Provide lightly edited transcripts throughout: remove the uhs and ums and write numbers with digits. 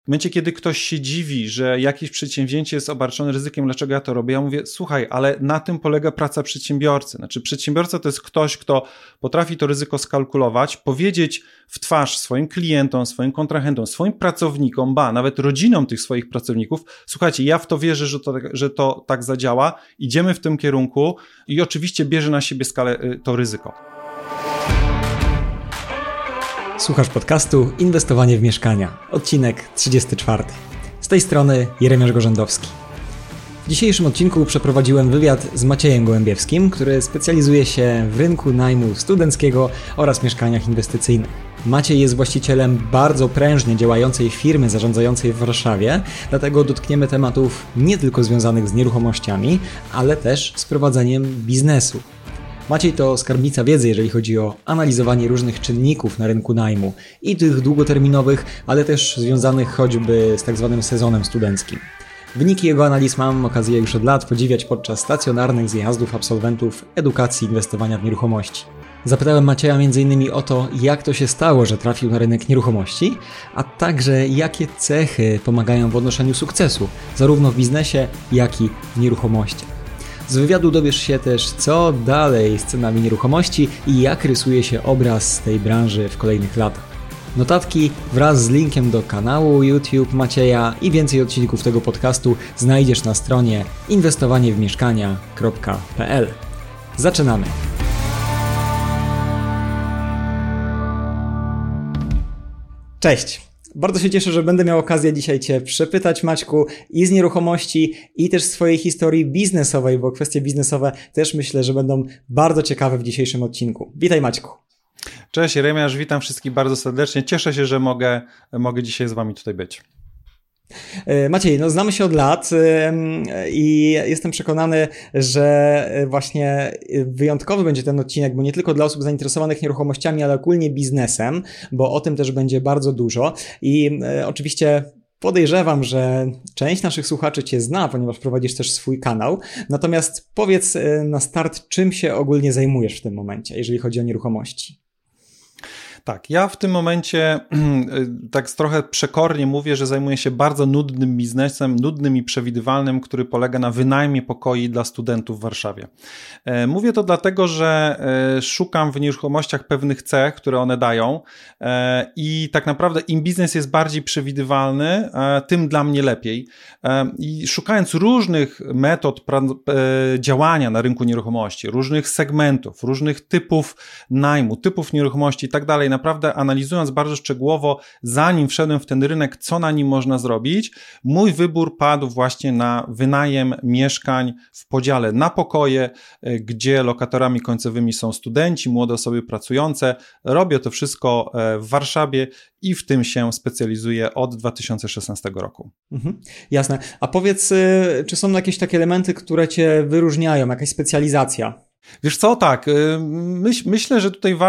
W momencie, kiedy ktoś się dziwi, że jakieś przedsięwzięcie jest obarczone ryzykiem, dlaczego ja to robię, ja mówię, słuchaj, ale na tym polega praca przedsiębiorcy. Znaczy przedsiębiorca to jest ktoś, kto potrafi to ryzyko skalkulować, powiedzieć w twarz swoim klientom, swoim kontrahentom, swoim pracownikom, nawet rodzinom tych swoich pracowników, słuchajcie, ja w to wierzę, że to tak zadziała, idziemy w tym kierunku i oczywiście bierze na siebie skalę to ryzyko. Słuchasz podcastu Inwestowanie w mieszkania, odcinek 34. Z tej strony Jeremiasz Gorzędowski. W dzisiejszym odcinku przeprowadziłem wywiad z Maciejem Gołębiewskim, który specjalizuje się w rynku najmu studenckiego oraz mieszkaniach inwestycyjnych. Maciej jest właścicielem bardzo prężnie działającej firmy zarządzającej w Warszawie, dlatego dotkniemy tematów nie tylko związanych z nieruchomościami, ale też z prowadzeniem biznesu. Maciej to skarbnica wiedzy, jeżeli chodzi o analizowanie różnych czynników na rynku najmu i tych długoterminowych, ale też związanych choćby z tak zwanym sezonem studenckim. Wyniki jego analiz mam okazję już od lat podziwiać podczas stacjonarnych zjazdów absolwentów edukacji inwestowania w nieruchomości. Zapytałem Macieja m.in. o to, jak to się stało, że trafił na rynek nieruchomości, a także jakie cechy pomagają w odnoszeniu sukcesu, zarówno w biznesie, jak i w nieruchomościach. Z wywiadu dowiesz się też, co dalej z cenami nieruchomości i jak rysuje się obraz tej branży w kolejnych latach. Notatki wraz z linkiem do kanału YouTube Macieja i więcej odcinków tego podcastu znajdziesz na stronie inwestowaniewmieszkania.pl. Zaczynamy! Cześć! Bardzo się cieszę, że będę miał okazję dzisiaj Cię przepytać, Maćku, i z nieruchomości, i też swojej historii biznesowej, bo kwestie biznesowe też myślę, że będą bardzo ciekawe w dzisiejszym odcinku. Witaj, Maćku. Cześć, Jeremiasz, witam wszystkich bardzo serdecznie. Cieszę się, że mogę dzisiaj z Wami tutaj być. Maciej, znamy się od lat i jestem przekonany, że właśnie wyjątkowy będzie ten odcinek, bo nie tylko dla osób zainteresowanych nieruchomościami, ale ogólnie biznesem, bo o tym też będzie bardzo dużo i oczywiście podejrzewam, że część naszych słuchaczy Cię zna, ponieważ prowadzisz też swój kanał, natomiast powiedz na start, czym się ogólnie zajmujesz w tym momencie, jeżeli chodzi o nieruchomości. Tak, ja w tym momencie tak trochę przekornie mówię, że zajmuję się bardzo nudnym biznesem, nudnym i przewidywalnym, który polega na wynajmie pokoi dla studentów w Warszawie. Mówię to dlatego, że szukam w nieruchomościach pewnych cech, które one dają i tak naprawdę im biznes jest bardziej przewidywalny, tym dla mnie lepiej. I szukając różnych metod działania na rynku nieruchomości, różnych segmentów, różnych typów najmu, typów nieruchomości i tak dalej, naprawdę analizując bardzo szczegółowo, zanim wszedłem w ten rynek, co na nim można zrobić, mój wybór padł właśnie na wynajem mieszkań w podziale na pokoje, gdzie lokatorami końcowymi są studenci, młode osoby pracujące. Robię to wszystko w Warszawie i w tym się specjalizuję od 2016 roku. Jasne. A powiedz, czy są jakieś takie elementy, które Cię wyróżniają, jakaś specjalizacja? Wiesz co, tak, myślę, że tutaj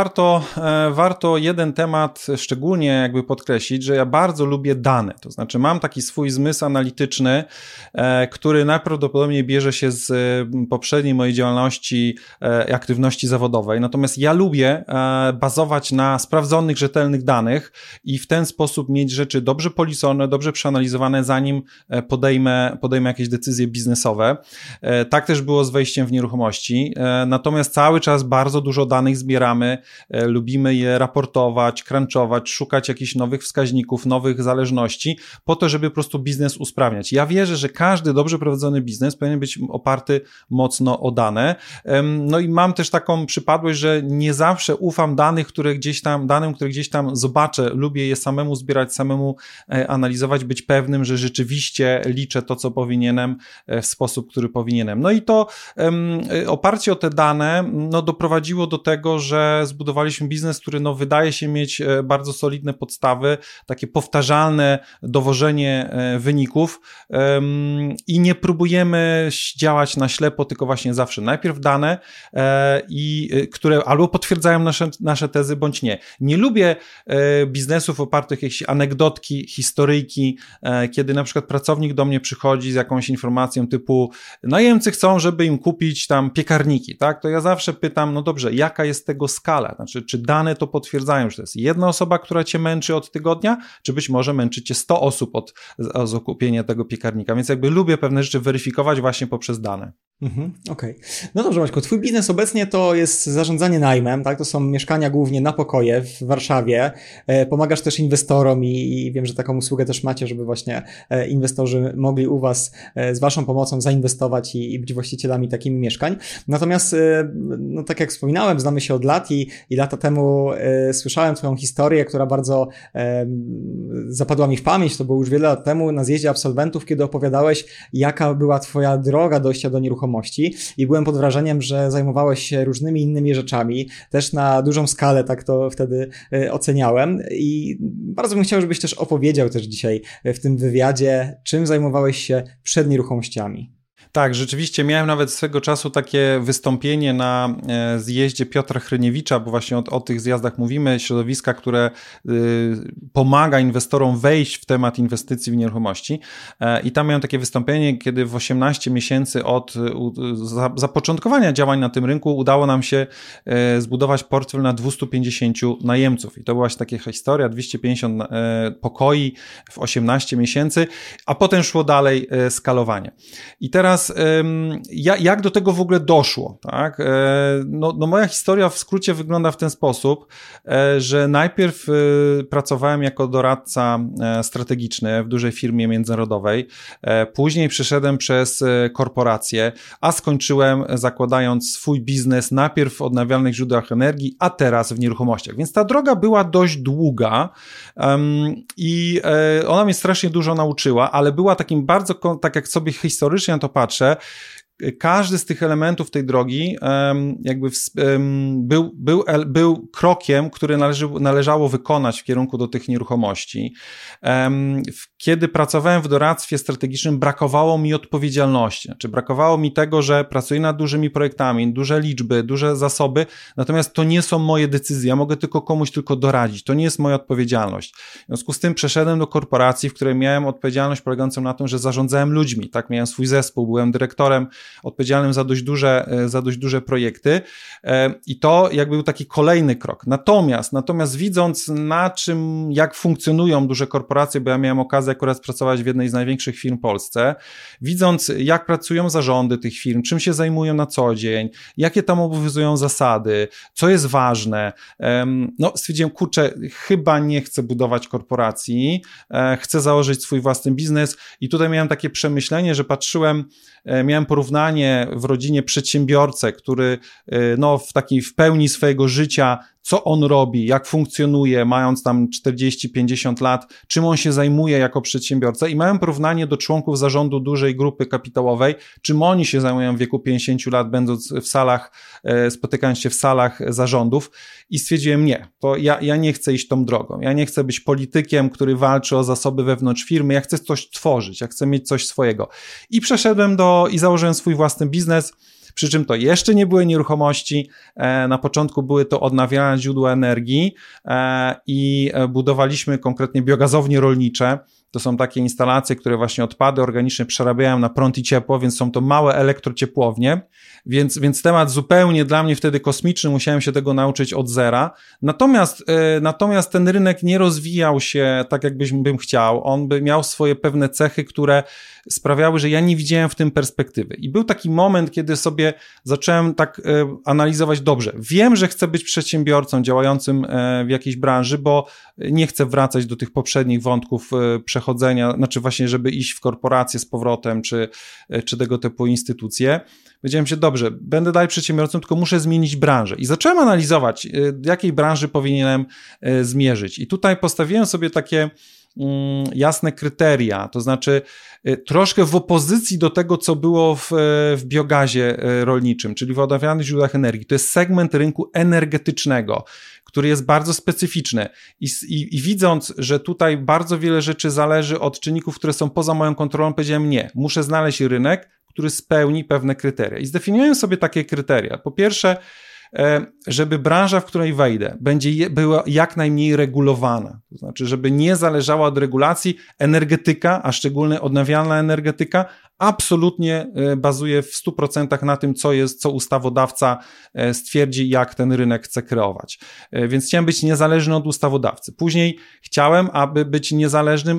warto jeden temat szczególnie jakby podkreślić, że ja bardzo lubię dane, to znaczy mam taki swój zmysł analityczny, który najprawdopodobniej bierze się z poprzedniej mojej działalności, aktywności zawodowej, natomiast ja lubię bazować na sprawdzonych, rzetelnych danych i w ten sposób mieć rzeczy dobrze policzone, dobrze przeanalizowane, zanim podejmę jakieś decyzje biznesowe. Tak też było z wejściem w nieruchomości. Natomiast cały czas bardzo dużo danych zbieramy, lubimy je raportować, crunchować, szukać jakichś nowych wskaźników, nowych zależności, po to, żeby po prostu biznes usprawniać. Ja wierzę, że każdy dobrze prowadzony biznes powinien być oparty mocno o dane. No i mam też taką przypadłość, że nie zawsze ufam danym, które gdzieś tam zobaczę, lubię je samemu zbierać, samemu analizować, być pewnym, że rzeczywiście liczę to, co powinienem w sposób, który powinienem. No i to oparcie o te dane doprowadziło do tego, że zbudowaliśmy biznes, który wydaje się mieć bardzo solidne podstawy, takie powtarzalne dowożenie wyników i nie próbujemy działać na ślepo, tylko właśnie zawsze najpierw dane, które albo potwierdzają nasze tezy, bądź nie. Nie lubię biznesów opartych o jakieś anegdotki, historyjki, kiedy na przykład pracownik do mnie przychodzi z jakąś informacją typu najemcy chcą, żeby im kupić tam piekarniki, tak, to ja zawsze pytam, no dobrze, jaka jest tego skala? Znaczy, czy dane to potwierdzają, że to jest jedna osoba, która cię męczy od tygodnia, czy być może męczy cię 100 osób od zakupienia tego piekarnika, więc jakby lubię pewne rzeczy weryfikować właśnie poprzez dane. Okej. No dobrze, Maćku, twój biznes obecnie to jest zarządzanie najmem, tak? To są mieszkania głównie na pokoje w Warszawie. Pomagasz też inwestorom i wiem, że taką usługę też macie, żeby właśnie inwestorzy mogli u was z waszą pomocą zainwestować i być właścicielami takich mieszkań. Natomiast, no tak jak wspominałem, znamy się od lat i lata temu słyszałem twoją historię, która bardzo zapadła mi w pamięć. To było już wiele lat temu na zjeździe absolwentów, kiedy opowiadałeś, jaka była twoja droga dojścia do nieruchomości i byłem pod wrażeniem, że zajmowałeś się różnymi innymi rzeczami, też na dużą skalę, tak to wtedy oceniałem i bardzo bym chciał, żebyś też opowiedział też dzisiaj w tym wywiadzie, czym zajmowałeś się przed nieruchomościami. Tak, rzeczywiście miałem nawet swego czasu takie wystąpienie na zjeździe Piotra Hryniewicza, bo właśnie o tych zjazdach mówimy, środowiska, które pomaga inwestorom wejść w temat inwestycji w nieruchomości. I tam miałem takie wystąpienie, kiedy w 18 miesięcy od zapoczątkowania działań na tym rynku udało nam się zbudować portfel na 250 najemców. I to była taka historia, 250 pokoi w 18 miesięcy, a potem szło dalej skalowanie. I teraz jak do tego w ogóle doszło? Tak? No moja historia w skrócie wygląda w ten sposób, że najpierw pracowałem jako doradca strategiczny w dużej firmie międzynarodowej, później przeszedłem przez korporacje, a skończyłem zakładając swój biznes najpierw w odnawialnych źródłach energii, a teraz w nieruchomościach. Więc ta droga była dość długa i ona mnie strasznie dużo nauczyła, ale była takim bardzo, tak jak sobie historycznie na to patrzę, każdy z tych elementów tej drogi jakby był krokiem, który należało wykonać w kierunku do tych nieruchomości. Kiedy pracowałem w doradztwie strategicznym, brakowało mi odpowiedzialności. Znaczy brakowało mi tego, że pracuję nad dużymi projektami, duże liczby, duże zasoby, natomiast to nie są moje decyzje. Ja mogę komuś tylko doradzić. To nie jest moja odpowiedzialność. W związku z tym przeszedłem do korporacji, w której miałem odpowiedzialność polegającą na tym, że zarządzałem ludźmi. Tak, miałem swój zespół, byłem dyrektorem odpowiedzialnym za dość duże projekty i to jakby był taki kolejny krok. Natomiast widząc jak funkcjonują duże korporacje, bo ja miałem okazję akurat pracować w jednej z największych firm w Polsce, widząc jak pracują zarządy tych firm, czym się zajmują na co dzień, jakie tam obowiązują zasady, co jest ważne, no stwierdziłem, kurczę, chyba nie chcę budować korporacji, chcę założyć swój własny biznes i tutaj miałem takie przemyślenie, że miałem porównanie w rodzinie przedsiębiorcę, który no w pełni swojego życia, co on robi, jak funkcjonuje, mając tam 40-50 lat, czym on się zajmuje jako przedsiębiorca i miałem porównanie do członków zarządu dużej grupy kapitałowej, czym oni się zajmują w wieku 50 lat, będąc w salach, spotykając się w salach zarządów i stwierdziłem nie, to ja nie chcę iść tą drogą, ja nie chcę być politykiem, który walczy o zasoby wewnątrz firmy, ja chcę coś tworzyć, ja chcę mieć coś swojego i przeszedłem i założyłem swój własny biznes, przy czym to jeszcze nie były nieruchomości, na początku były to odnawialne źródła energii i budowaliśmy konkretnie biogazownie rolnicze. To są takie instalacje, które właśnie odpady organiczne przerabiają na prąd i ciepło, więc są to małe elektrociepłownie, więc temat zupełnie dla mnie wtedy kosmiczny, musiałem się tego nauczyć od zera. Natomiast ten rynek nie rozwijał się tak, jakbym chciał. On by miał swoje pewne cechy, które sprawiały, że ja nie widziałem w tym perspektywy. I był taki moment, kiedy sobie zacząłem tak analizować, dobrze, wiem, że chcę być przedsiębiorcą działającym w jakiejś branży, bo nie chcę wracać do tych poprzednich wątków przechodzenia, znaczy właśnie, żeby iść w korporację z powrotem, czy tego typu instytucje. Powiedziałem się, dobrze, będę dalej przedsiębiorcą, tylko muszę zmienić branżę. I zacząłem analizować, jakiej branży powinienem zmierzyć. I tutaj postawiłem sobie takie jasne kryteria, to znaczy troszkę w opozycji do tego, co było w biogazie rolniczym, czyli w odnawialnych źródłach energii. To jest segment rynku energetycznego, który jest bardzo specyficzny i widząc, że tutaj bardzo wiele rzeczy zależy od czynników, które są poza moją kontrolą, powiedziałem nie, muszę znaleźć rynek, który spełni pewne kryteria. I zdefiniuję sobie takie kryteria. Po pierwsze, żeby branża, w której wejdę, była jak najmniej regulowana. To znaczy, żeby nie zależała od regulacji. Energetyka, a szczególnie odnawialna energetyka, absolutnie bazuje w 100% na tym, co ustawodawca stwierdzi, jak ten rynek chce kreować. Więc chciałem być niezależny od ustawodawcy. Później chciałem, aby być niezależnym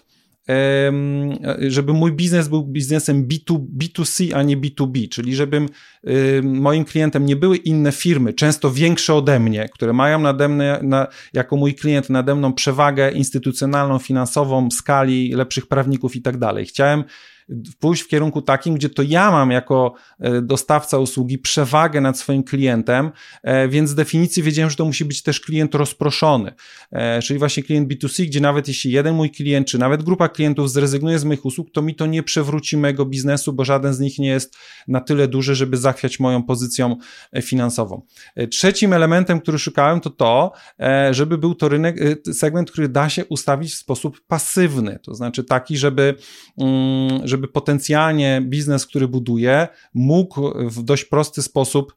żeby mój biznes był biznesem B2C, a nie B2B, czyli żebym moim klientem nie były inne firmy, często większe ode mnie, które mają jako mój klient nade mną przewagę instytucjonalną, finansową, skali, lepszych prawników i tak dalej. Chciałem pójść w kierunku takim, gdzie to ja mam jako dostawca usługi przewagę nad swoim klientem, więc z definicji wiedziałem, że to musi być też klient rozproszony, czyli właśnie klient B2C, gdzie nawet jeśli jeden mój klient, czy nawet grupa klientów zrezygnuje z moich usług, to mi to nie przewróci mojego biznesu, bo żaden z nich nie jest na tyle duży, żeby zachwiać moją pozycją finansową. Trzecim elementem, który szukałem, to, żeby był to segment, który da się ustawić w sposób pasywny, to znaczy taki, żeby potencjalnie biznes, który buduję, mógł w dość prosty sposób,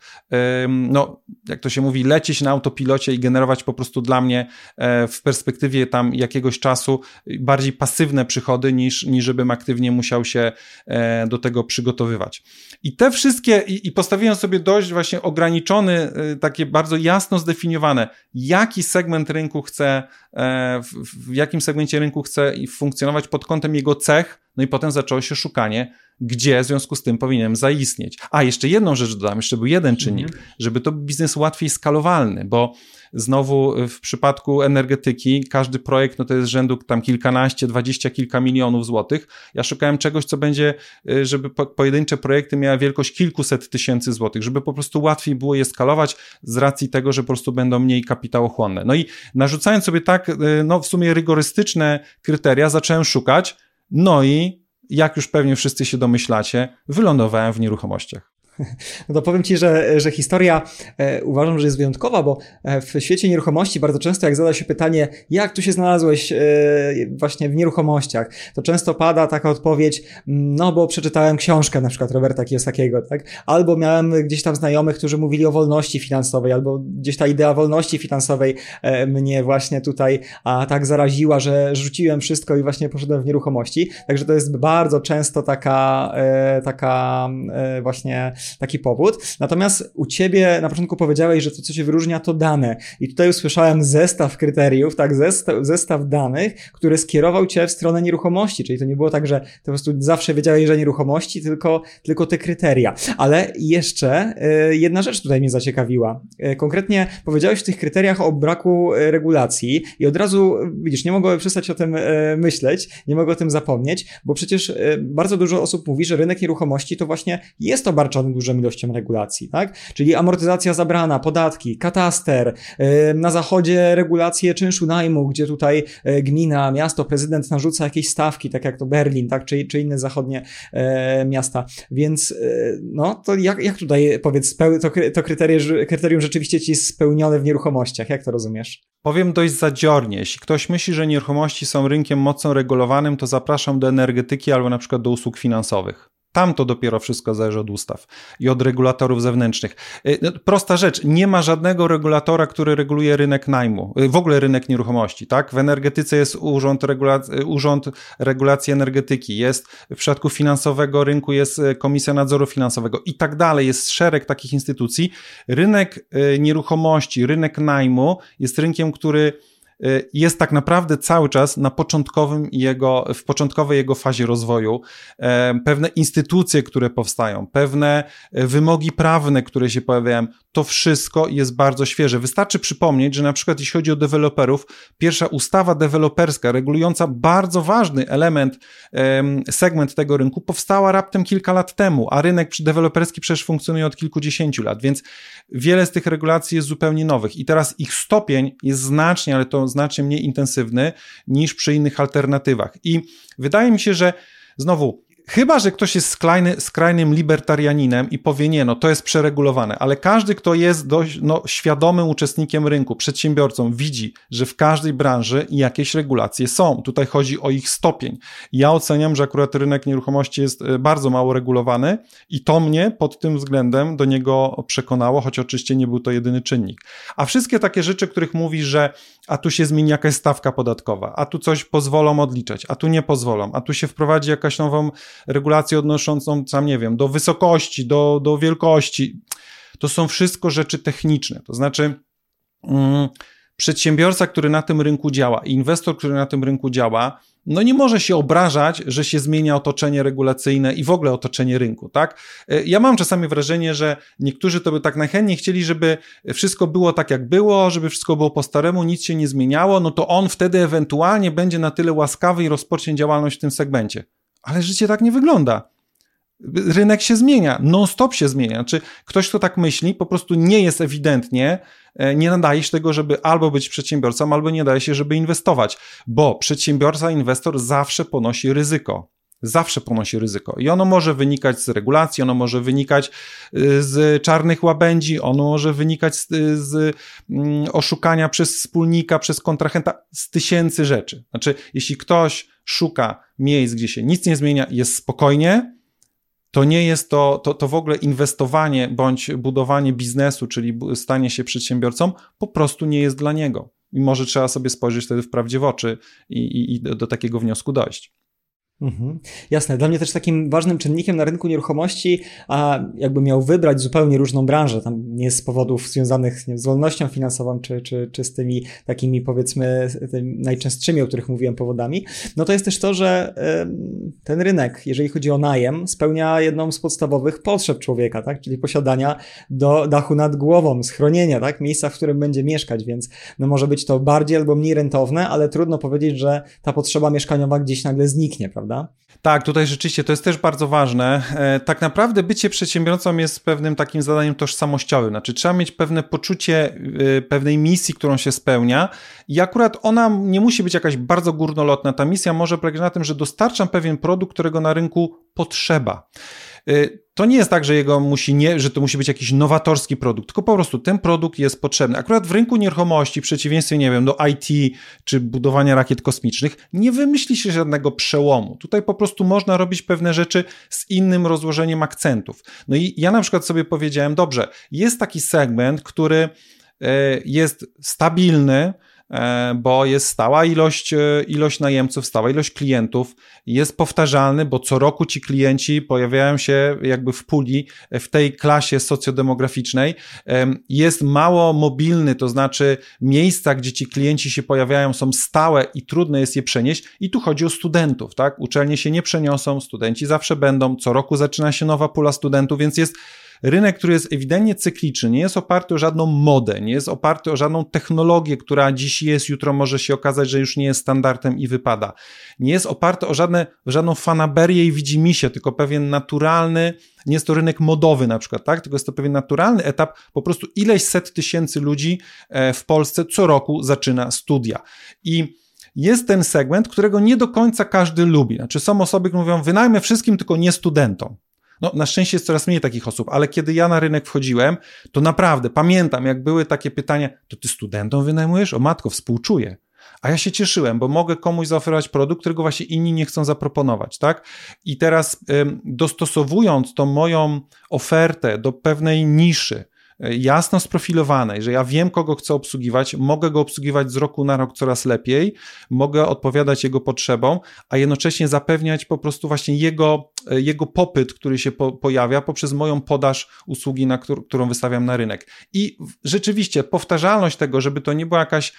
jak to się mówi, lecieć na autopilocie i generować po prostu dla mnie w perspektywie tam jakiegoś czasu bardziej pasywne przychody, niż żebym aktywnie musiał się do tego przygotowywać. I te wszystkie, i postawiłem sobie dość właśnie ograniczony, takie bardzo jasno zdefiniowane, jaki segment rynku chcę, w jakim segmencie rynku chcę funkcjonować pod kątem jego cech, no i potem zaczęło się szukanie, gdzie w związku z tym powinienem zaistnieć. A jeszcze jedną rzecz dodam, jeszcze był jeden czynnik, żeby to był biznes łatwiej skalowalny, bo znowu w przypadku energetyki każdy projekt, to jest rzędu tam kilkanaście, 20 kilka milionów złotych. Ja szukałem czegoś, co będzie, żeby pojedyncze projekty miały wielkość kilkuset tysięcy złotych, żeby po prostu łatwiej było je skalować z racji tego, że po prostu będą mniej kapitałochłonne. No i narzucając sobie tak, w sumie rygorystyczne kryteria, zacząłem szukać, no i jak już pewnie wszyscy się domyślacie, wylądowałem w nieruchomościach. No to powiem Ci, że historia uważam, że jest wyjątkowa, bo w świecie nieruchomości bardzo często jak zada się pytanie, jak tu się znalazłeś właśnie w nieruchomościach, to często pada taka odpowiedź, bo przeczytałem książkę na przykład Roberta Kiyosakiego, tak? Albo miałem gdzieś tam znajomych, którzy mówili o wolności finansowej, albo gdzieś ta idea wolności finansowej mnie właśnie tutaj tak zaraziła, że rzuciłem wszystko i właśnie poszedłem w nieruchomości. Także to jest bardzo często taka właśnie taki powód. Natomiast u Ciebie na początku powiedziałeś, że to, co Cię wyróżnia, to dane. I tutaj usłyszałem zestaw kryteriów, tak, zestaw danych, który skierował Cię w stronę nieruchomości. Czyli to nie było tak, że Ty po prostu zawsze wiedziałeś, że nieruchomości, tylko te kryteria. Ale jeszcze jedna rzecz tutaj mnie zaciekawiła. Konkretnie powiedziałeś w tych kryteriach o braku regulacji i od razu, widzisz, nie mogłem przestać o tym myśleć, nie mogę o tym zapomnieć, bo przecież bardzo dużo osób mówi, że rynek nieruchomości to właśnie jest obarczony dużą ilością regulacji, tak? Czyli amortyzacja zabrana, podatki, kataster, na zachodzie regulacje czynszu najmu, gdzie tutaj gmina, miasto, prezydent narzuca jakieś stawki, tak jak to Berlin, tak? Czy inne zachodnie miasta. Więc to jak tutaj, powiedz, to kryterium rzeczywiście Ci jest spełnione w nieruchomościach? Jak to rozumiesz? Powiem dość zadziornie. Jeśli ktoś myśli, że nieruchomości są rynkiem mocno regulowanym, to zapraszam do energetyki albo na przykład do usług finansowych. Tam to dopiero wszystko zależy od ustaw i od regulatorów zewnętrznych. Prosta rzecz, nie ma żadnego regulatora, który reguluje rynek najmu, w ogóle rynek nieruchomości, tak? W energetyce jest Urząd Regulacji Energetyki, jest w przypadku finansowego rynku jest Komisja Nadzoru Finansowego i tak dalej, jest szereg takich instytucji. Rynek nieruchomości, rynek najmu jest rynkiem, który jest tak naprawdę cały czas w początkowej jego fazie rozwoju. Pewne instytucje, które powstają, pewne wymogi prawne, które się pojawiają, to wszystko jest bardzo świeże. Wystarczy przypomnieć, że na przykład jeśli chodzi o deweloperów, pierwsza ustawa deweloperska regulująca bardzo ważny segment tego rynku powstała raptem kilka lat temu, a rynek deweloperski przecież funkcjonuje od kilkudziesięciu lat, więc wiele z tych regulacji jest zupełnie nowych i teraz ich stopień jest znacznie, ale to znacznie mniej intensywny niż przy innych alternatywach. I wydaje mi się, że znowu Chyba że ktoś jest skrajnym libertarianinem i powie nie, no to jest przeregulowane, ale każdy, kto jest dość świadomym uczestnikiem rynku, przedsiębiorcą, widzi, że w każdej branży jakieś regulacje są. Tutaj chodzi o ich stopień. Ja oceniam, że akurat rynek nieruchomości jest bardzo mało regulowany i to mnie pod tym względem do niego przekonało, choć oczywiście nie był to jedyny czynnik. A wszystkie takie rzeczy, których mówi, że a tu się zmieni jakaś stawka podatkowa, a tu coś pozwolą odliczać, a tu nie pozwolą, a tu się wprowadzi jakaś nową regulację odnoszącą, sam nie wiem, do wysokości, do wielkości. To są wszystko rzeczy techniczne. To znaczy przedsiębiorca, który na tym rynku działa, inwestor, który na tym rynku działa, no nie może się obrażać, że się zmienia otoczenie regulacyjne i w ogóle otoczenie rynku, tak? Ja mam czasami wrażenie, że niektórzy to by tak najchętniej chcieli, żeby wszystko było tak jak było, żeby wszystko było po staremu, nic się nie zmieniało, no to on wtedy ewentualnie będzie na tyle łaskawy i rozpocznie działalność w tym segmencie. Ale życie tak nie wygląda. Rynek się zmienia, non-stop się zmienia. Znaczy, ktoś, kto tak myśli, po prostu nie jest ewidentnie, nie nadaje się tego, żeby albo być przedsiębiorcą, albo nie nadaje się, żeby inwestować, bo przedsiębiorca, inwestor zawsze ponosi ryzyko. Zawsze ponosi ryzyko i ono może wynikać z regulacji, ono może wynikać z czarnych łabędzi, ono może wynikać z oszukania przez wspólnika, przez kontrahenta, z tysięcy rzeczy. Znaczy, jeśli ktoś szuka miejsc, gdzie się nic nie zmienia, jest spokojnie, to nie jest to w ogóle inwestowanie bądź budowanie biznesu, czyli stanie się przedsiębiorcą, po prostu nie jest dla niego. I może trzeba sobie spojrzeć wtedy wprawdzie w oczy i do takiego wniosku dojść. Jasne. Dla mnie też takim ważnym czynnikiem na rynku nieruchomości, a jakby miał wybrać zupełnie różną branżę, tam nie z powodów związanych z wolnością finansową, czy z tymi takimi, powiedzmy, tymi najczęstszymi, o których mówiłem, powodami, no to jest też to, że ten rynek, jeżeli chodzi o najem, spełnia jedną z podstawowych potrzeb człowieka, tak? Czyli posiadania dachu nad głową, schronienia, tak? Miejsca, w którym będzie mieszkać, więc no może być to bardziej albo mniej rentowne, ale trudno powiedzieć, że ta potrzeba mieszkaniowa gdzieś nagle zniknie, prawda? Tak, tutaj rzeczywiście to jest też bardzo ważne. Tak naprawdę bycie przedsiębiorcą jest pewnym takim zadaniem tożsamościowym. Znaczy trzeba mieć pewne poczucie pewnej misji, którą się spełnia i akurat ona nie musi być jakaś bardzo górnolotna. Ta misja może polegać na tym, że dostarczam pewien produkt, którego na rynku potrzeba. To nie jest tak, że to musi być jakiś nowatorski produkt, tylko po prostu ten produkt jest potrzebny. Akurat w rynku nieruchomości, w przeciwieństwie, nie wiem, do IT czy budowania rakiet kosmicznych, nie wymyśli się żadnego przełomu. Tutaj po prostu można robić pewne rzeczy z innym rozłożeniem akcentów. No i ja na przykład sobie powiedziałem, dobrze, jest taki segment, który jest stabilny, bo jest stała ilość najemców, stała ilość klientów, jest powtarzalny, bo co roku ci klienci pojawiają się jakby w puli w tej klasie socjodemograficznej, jest mało mobilny, to znaczy miejsca, gdzie ci klienci się pojawiają, są stałe i trudno jest je przenieść i tu chodzi o studentów, tak? Uczelnie się nie przeniosą, studenci zawsze będą, co roku zaczyna się nowa pula studentów, więc jest rynek, który jest ewidentnie cykliczny, nie jest oparty o żadną modę, nie jest oparty o żadną technologię, która dziś jest, jutro może się okazać, że już nie jest standardem i wypada. Nie jest oparty o żadną fanaberię i widzimisię, tylko pewien naturalny, nie jest to rynek modowy na przykład, tak? Tylko jest to pewien naturalny etap, po prostu ileś set tysięcy ludzi w Polsce co roku zaczyna studia. I jest ten segment, którego nie do końca każdy lubi. Znaczy są osoby, które mówią, wynajmę wszystkim, tylko nie studentom. No, na szczęście jest coraz mniej takich osób, ale kiedy ja na rynek wchodziłem, to naprawdę pamiętam, jak były takie pytania, to ty studentom wynajmujesz? O matko, współczuję. A ja się cieszyłem, bo mogę komuś zaoferować produkt, którego właśnie inni nie chcą zaproponować, tak? I teraz dostosowując tą moją ofertę do pewnej niszy, jasno sprofilowanej, że ja wiem, kogo chcę obsługiwać, mogę go obsługiwać z roku na rok coraz lepiej, mogę odpowiadać jego potrzebom, a jednocześnie zapewniać po prostu właśnie jego popyt, który się pojawia poprzez moją podaż usługi, którą wystawiam na rynek. I rzeczywiście powtarzalność tego, żeby to nie była jakaś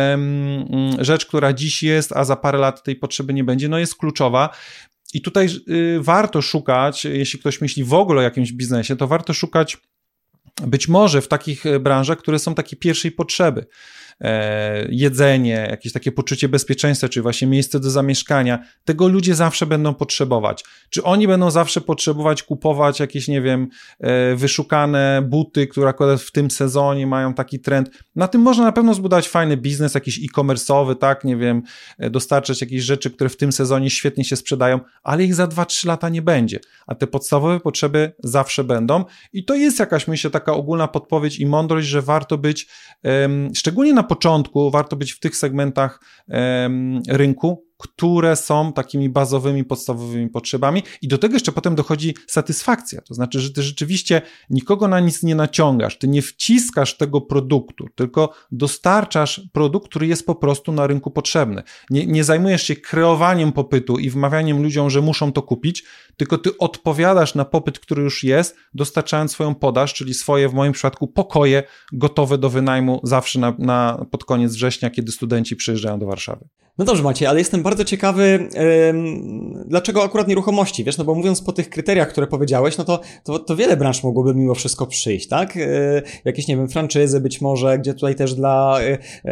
rzecz, która dziś jest, a za parę lat tej potrzeby nie będzie, no jest kluczowa. I tutaj warto szukać, jeśli ktoś myśli w ogóle o jakimś biznesie, to warto szukać być może w takich branżach, które są takiej pierwszej potrzeby. jedzenie, jakieś takie poczucie bezpieczeństwa, czy właśnie miejsce do zamieszkania, tego ludzie zawsze będą potrzebować. Czy oni będą zawsze potrzebować kupować jakieś, nie wiem, wyszukane buty, które akurat w tym sezonie mają taki trend? Na tym można na pewno zbudować fajny biznes, jakiś e-commerce'owy, tak, nie wiem, dostarczać jakieś rzeczy, które w tym sezonie świetnie się sprzedają, ale ich za 2-3 lata nie będzie, a te podstawowe potrzeby zawsze będą i to jest jakaś, myślę, taka ogólna podpowiedź i mądrość, że warto być, szczególnie na początku, warto być w tych segmentach rynku, które są takimi bazowymi, podstawowymi potrzebami i do tego jeszcze potem dochodzi satysfakcja, to znaczy, że ty rzeczywiście nikogo na nic nie naciągasz, ty nie wciskasz tego produktu, tylko dostarczasz produkt, który jest po prostu na rynku potrzebny. Nie zajmujesz się kreowaniem popytu i wmawianiem ludziom, że muszą to kupić, tylko ty odpowiadasz na popyt, który już jest, dostarczając swoją podaż, czyli swoje, w moim przypadku, pokoje gotowe do wynajmu zawsze pod koniec września, kiedy studenci przyjeżdżają do Warszawy. No dobrze, Maciej, ale jestem bardzo ciekawy, dlaczego akurat nieruchomości, wiesz, no bo mówiąc po tych kryteriach, które powiedziałeś, no to wiele branż mogłoby mimo wszystko przyjść, tak? Jakieś, nie wiem, franczyzy być może, gdzie tutaj też dla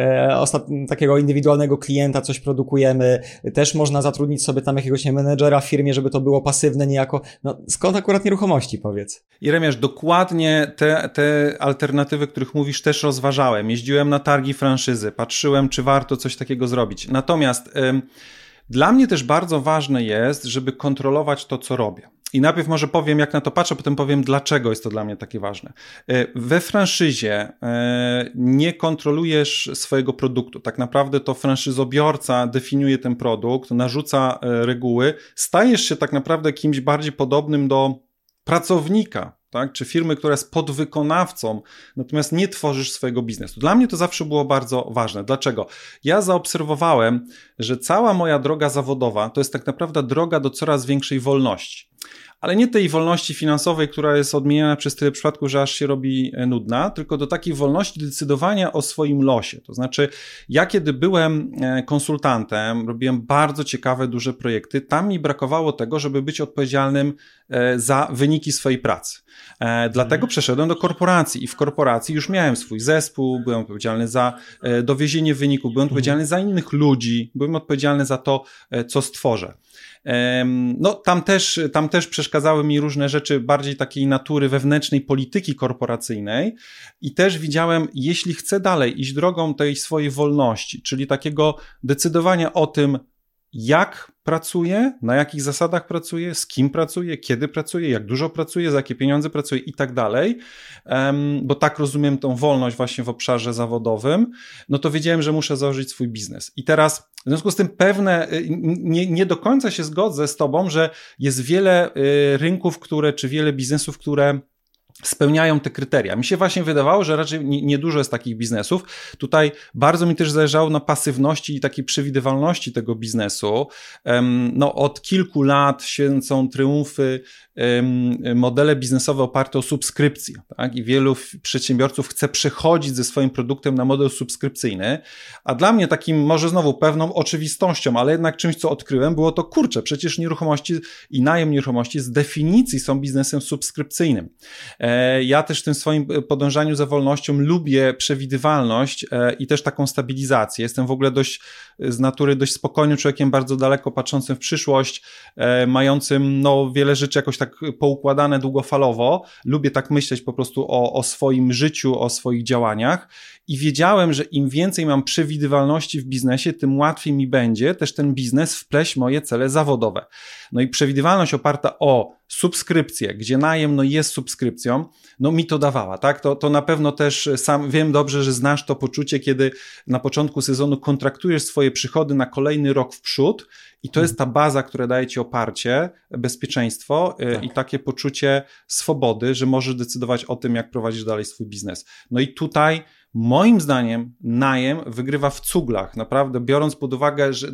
takiego indywidualnego klienta coś produkujemy, też można zatrudnić sobie tam jakiegoś menedżera w firmie, żeby to było pasywne niejako. No skąd akurat nieruchomości, powiedz? Jeremiasz, dokładnie te alternatywy, których mówisz, też rozważałem. Jeździłem na targi franszyzy, patrzyłem, czy warto coś takiego zrobić. Natomiast dla mnie też bardzo ważne jest, żeby kontrolować to, co robię. I najpierw może powiem, jak na to patrzę, potem powiem, dlaczego jest to dla mnie takie ważne. We franszyzie nie kontrolujesz swojego produktu. Tak naprawdę to franszyzobiorca definiuje ten produkt, narzuca reguły. Stajesz się tak naprawdę kimś bardziej podobnym do pracownika, tak? Czy firmy, która jest podwykonawcą, natomiast nie tworzysz swojego biznesu. Dla mnie to zawsze było bardzo ważne. Dlaczego? Ja zaobserwowałem, że cała moja droga zawodowa to jest tak naprawdę droga do coraz większej wolności. Ale nie tej wolności finansowej, która jest odmieniana przez tyle przypadków, że aż się robi nudna, tylko do takiej wolności decydowania o swoim losie. To znaczy, ja kiedy byłem konsultantem, robiłem bardzo ciekawe, duże projekty, tam mi brakowało tego, żeby być odpowiedzialnym za wyniki swojej pracy. Dlatego przeszedłem do korporacji i w korporacji już miałem swój zespół, byłem odpowiedzialny za dowiezienie wyników, byłem odpowiedzialny za innych ludzi, byłem odpowiedzialny za to, co stworzę. No, tam też przeszkadzały mi różne rzeczy bardziej takiej natury wewnętrznej polityki korporacyjnej i też widziałem, jeśli chcę dalej iść drogą tej swojej wolności, czyli takiego decydowania o tym, jak pracuję, na jakich zasadach pracuję, z kim pracuję, kiedy pracuję, jak dużo pracuję, za jakie pieniądze pracuję i tak dalej, bo tak rozumiem tą wolność właśnie w obszarze zawodowym, no to wiedziałem, że muszę założyć swój biznes. I teraz w związku z tym nie do końca się zgodzę z tobą, że jest wiele rynków, czy wiele biznesów, które spełniają te kryteria. Mi się właśnie wydawało, że raczej niedużo jest takich biznesów. Tutaj bardzo mi też zależało na pasywności i takiej przewidywalności tego biznesu. No, od kilku lat święcą triumfy modele biznesowe oparte o subskrypcję, tak? I wielu przedsiębiorców chce przechodzić ze swoim produktem na model subskrypcyjny, a dla mnie takim może znowu pewną oczywistością, ale jednak czymś, co odkryłem, było to, kurczę, przecież nieruchomości i najem nieruchomości z definicji są biznesem subskrypcyjnym. Ja też w tym swoim podążaniu za wolnością lubię przewidywalność i też taką stabilizację. Jestem w ogóle z natury dość spokojnym człowiekiem, bardzo daleko patrzącym w przyszłość, mającym wiele rzeczy jakoś tak poukładane długofalowo. Lubię tak myśleć po prostu o swoim życiu, o swoich działaniach i wiedziałem, że im więcej mam przewidywalności w biznesie, tym łatwiej mi będzie też ten biznes wpleść moje cele zawodowe. No i przewidywalność oparta o subskrypcję, gdzie najem jest subskrypcją, mi to dawała, tak? To na pewno też sam wiem dobrze, że znasz to poczucie, kiedy na początku sezonu kontraktujesz swoje przychody na kolejny rok w przód i to jest ta baza, która daje ci oparcie, bezpieczeństwo i takie poczucie swobody, że możesz decydować o tym, jak prowadzisz dalej swój biznes. No i tutaj moim zdaniem najem wygrywa w cuglach, naprawdę, biorąc pod uwagę, że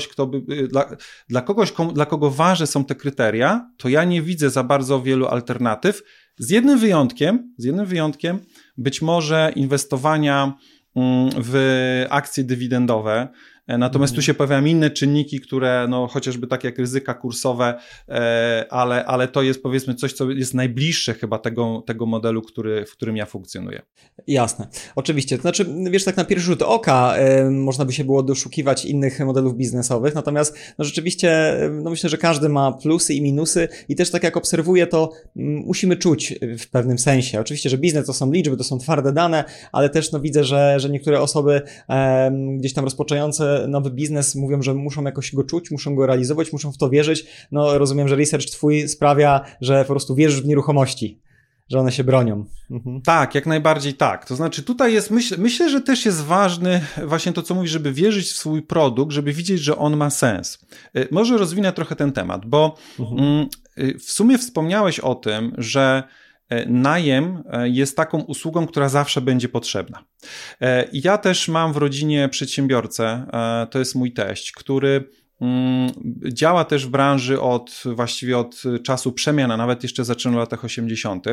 dla kogo ważne są te kryteria, to ja nie widzę za bardzo wielu alternatyw, z jednym wyjątkiem, być może inwestowania w akcje dywidendowe, Natomiast tu się pojawiają inne czynniki, które no chociażby tak jak ryzyka kursowe, ale to jest powiedzmy coś, co jest najbliższe chyba tego modelu, w którym ja funkcjonuję. Jasne. Oczywiście. To znaczy, wiesz, tak na pierwszy rzut oka można by się było doszukiwać innych modelów biznesowych, natomiast no rzeczywiście no myślę, że każdy ma plusy i minusy i też tak jak obserwuję, to musimy czuć w pewnym sensie. Oczywiście, że biznes to są liczby, to są twarde dane, ale też no widzę, że niektóre osoby gdzieś tam rozpoczynające nowy biznes mówią, że muszą jakoś go czuć, muszą go realizować, muszą w to wierzyć. No rozumiem, że research twój sprawia, że po prostu wierzysz w nieruchomości, że one się bronią. Tak, jak najbardziej tak. To znaczy tutaj jest, myślę, że też jest ważny właśnie to, co mówisz, żeby wierzyć w swój produkt, żeby widzieć, że on ma sens. Może rozwinę trochę ten temat, bo w sumie wspomniałeś o tym, że najem jest taką usługą, która zawsze będzie potrzebna. I ja też mam w rodzinie przedsiębiorcę, to jest mój teść, który działa też w branży właściwie od czasu przemian, a nawet jeszcze zaczęło w latach 80.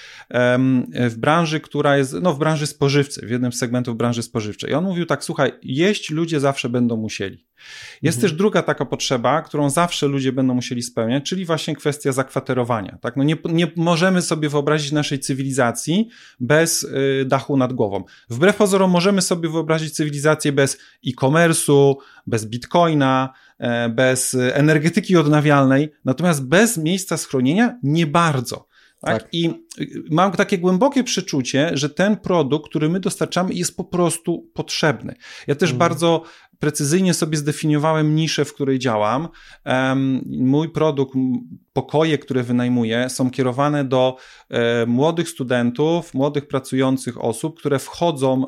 W branży, która jest, w branży spożywczej, w jednym z segmentów branży spożywczej. I on mówił tak, słuchaj, jeść ludzie zawsze będą musieli. Jest też druga taka potrzeba, którą zawsze ludzie będą musieli spełniać, czyli właśnie kwestia zakwaterowania. Tak? No nie możemy sobie wyobrazić naszej cywilizacji bez dachu nad głową. Wbrew pozorom możemy sobie wyobrazić cywilizację bez e-commerce'u, bez bitcoina, bez energetyki odnawialnej, natomiast bez miejsca schronienia nie bardzo. Tak? I mam takie głębokie przeczucie, że ten produkt, który my dostarczamy, jest po prostu potrzebny. Ja też bardzo precyzyjnie sobie zdefiniowałem niszę, w której działam. Mój produkt, pokoje, które wynajmuję, są kierowane do młodych studentów, młodych pracujących osób, które wchodzą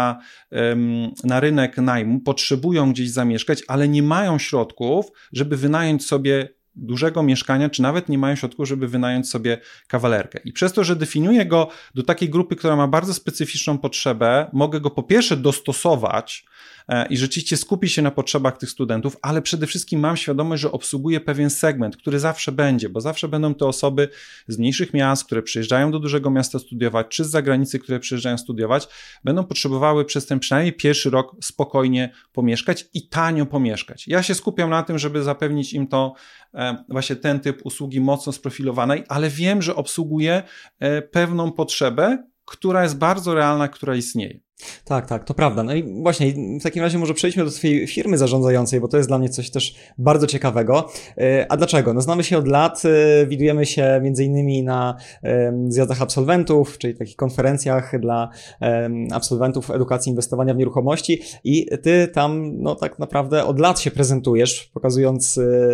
na rynek najmu, potrzebują gdzieś zamieszkać, ale nie mają środków, żeby wynająć sobie dużego mieszkania, czy nawet nie mają środków, żeby wynająć sobie kawalerkę. I przez to, że definiuję go do takiej grupy, która ma bardzo specyficzną potrzebę, mogę go po pierwsze dostosować i rzeczywiście skupić się na potrzebach tych studentów, ale przede wszystkim mam świadomość, że obsługuję pewien segment, który zawsze będzie, bo zawsze będą te osoby z mniejszych miast, które przyjeżdżają do dużego miasta studiować, czy z zagranicy, które przyjeżdżają studiować, będą potrzebowały przez ten przynajmniej pierwszy rok spokojnie pomieszkać i tanio pomieszkać. Ja się skupiam na tym, żeby zapewnić im to właśnie ten typ usługi mocno sprofilowanej, ale wiem, że obsługuję pewną potrzebę, która jest bardzo realna, która istnieje. Tak, to prawda. No i właśnie w takim razie może przejdźmy do twojej firmy zarządzającej, bo to jest dla mnie coś też bardzo ciekawego. A dlaczego? No znamy się od lat, widujemy się między innymi na zjazdach absolwentów, czyli takich konferencjach dla absolwentów edukacji inwestowania w nieruchomości i ty tam no tak naprawdę od lat się prezentujesz, pokazując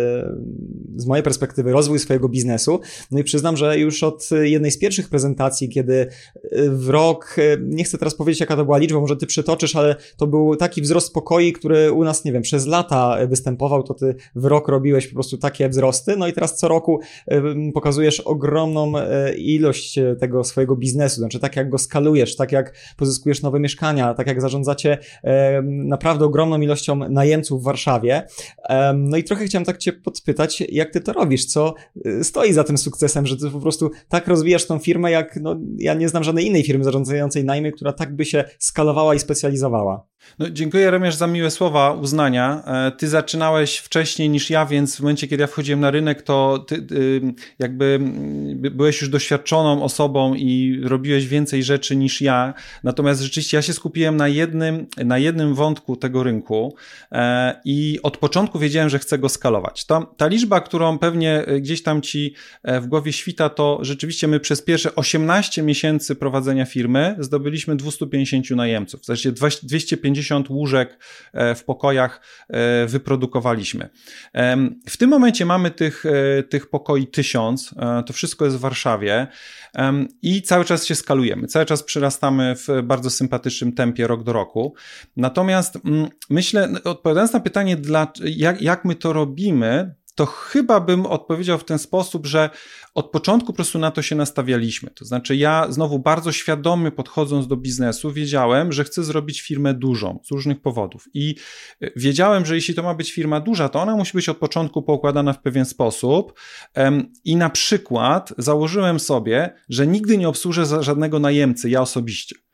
z mojej perspektywy rozwój swojego biznesu. No i przyznam, że już od jednej z pierwszych prezentacji, kiedy w rok, nie chcę teraz powiedzieć jaka to była liczba, może ty przytoczysz, ale to był taki wzrost pokoi, który u nas, nie wiem, przez lata występował, to ty w rok robiłeś po prostu takie wzrosty, no i teraz co roku pokazujesz ogromną ilość tego swojego biznesu, znaczy tak jak go skalujesz, tak jak pozyskujesz nowe mieszkania, tak jak zarządzacie naprawdę ogromną ilością najemców w Warszawie. No i trochę chciałem tak cię podpytać, jak ty to robisz, co stoi za tym sukcesem, że ty po prostu tak rozwijasz tą firmę, jak no, ja nie znam żadnej innej firmy zarządzającej najmy, która tak by się skalowała i specjalizowała. No, dziękuję Remiarz za miłe słowa uznania. Ty zaczynałeś wcześniej niż ja, więc w momencie, kiedy ja wchodziłem na rynek, to ty jakby byłeś już doświadczoną osobą i robiłeś więcej rzeczy niż ja. Natomiast rzeczywiście ja się skupiłem na jednym wątku tego rynku i od początku wiedziałem, że chcę go skalować. Ta liczba, którą pewnie gdzieś tam ci w głowie świta, to rzeczywiście my przez pierwsze 18 miesięcy prowadzenia firmy zdobyliśmy 250 najemców. W zasadzie 250 łóżek w pokojach wyprodukowaliśmy. W tym momencie mamy tych pokoi 1000, to wszystko jest w Warszawie i cały czas się skalujemy, cały czas przyrastamy w bardzo sympatycznym tempie rok do roku. Natomiast myślę, odpowiadając na pytanie, jak my to robimy, to chyba bym odpowiedział w ten sposób, że od początku po prostu na to się nastawialiśmy. To znaczy ja znowu bardzo świadomie podchodząc do biznesu wiedziałem, że chcę zrobić firmę dużą z różnych powodów i wiedziałem, że jeśli to ma być firma duża, to ona musi być od początku poukładana w pewien sposób i na przykład założyłem sobie, że nigdy nie obsłużę żadnego najemcy, ja osobiście.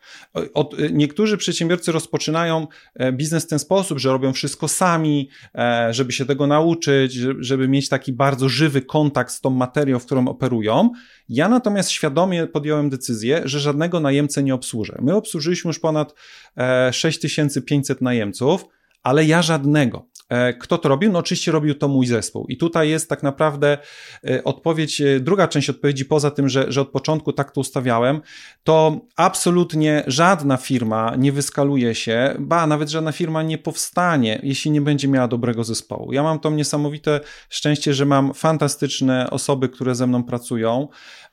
Niektórzy przedsiębiorcy rozpoczynają biznes w ten sposób, że robią wszystko sami, żeby się tego nauczyć, żeby mieć taki bardzo żywy kontakt z tą materią, w którą operują. Ja natomiast świadomie podjąłem decyzję, że żadnego najemcę nie obsłużę. My obsłużyliśmy już ponad 6500 najemców, ale ja żadnego. Kto to robił? No oczywiście robił to mój zespół. I tutaj jest tak naprawdę odpowiedź, druga część odpowiedzi, poza tym, że od początku tak to ustawiałem, to absolutnie żadna firma nie wyskaluje się, nawet żadna firma nie powstanie, jeśli nie będzie miała dobrego zespołu. Ja mam to niesamowite szczęście, że mam fantastyczne osoby, które ze mną pracują.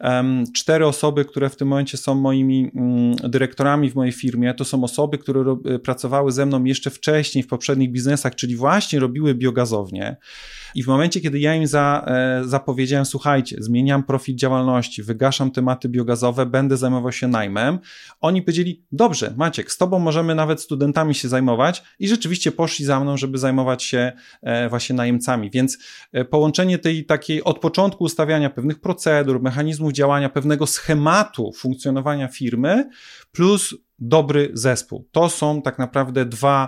4 osoby, które w tym momencie są moimi dyrektorami w mojej firmie, to są osoby, które pracowały ze mną jeszcze wcześniej w poprzednich biznesach, czyli właśnie robiły biogazownię. I w momencie, kiedy ja im zapowiedziałem, słuchajcie, zmieniam profil działalności, wygaszam tematy biogazowe, będę zajmował się najmem, oni powiedzieli, dobrze, Maciek, z tobą możemy nawet studentami się zajmować i rzeczywiście poszli za mną, żeby zajmować się właśnie najemcami. Więc połączenie tej takiej od początku ustawiania pewnych procedur, mechanizmów działania, pewnego schematu funkcjonowania firmy plus dobry zespół. To są tak naprawdę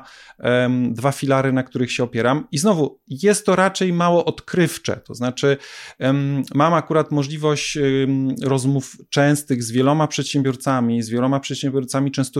dwa filary, na których się opieram. I znowu, jest to raczej mało odkrywcze. To znaczy, mam akurat możliwość rozmów częstych z wieloma przedsiębiorcami często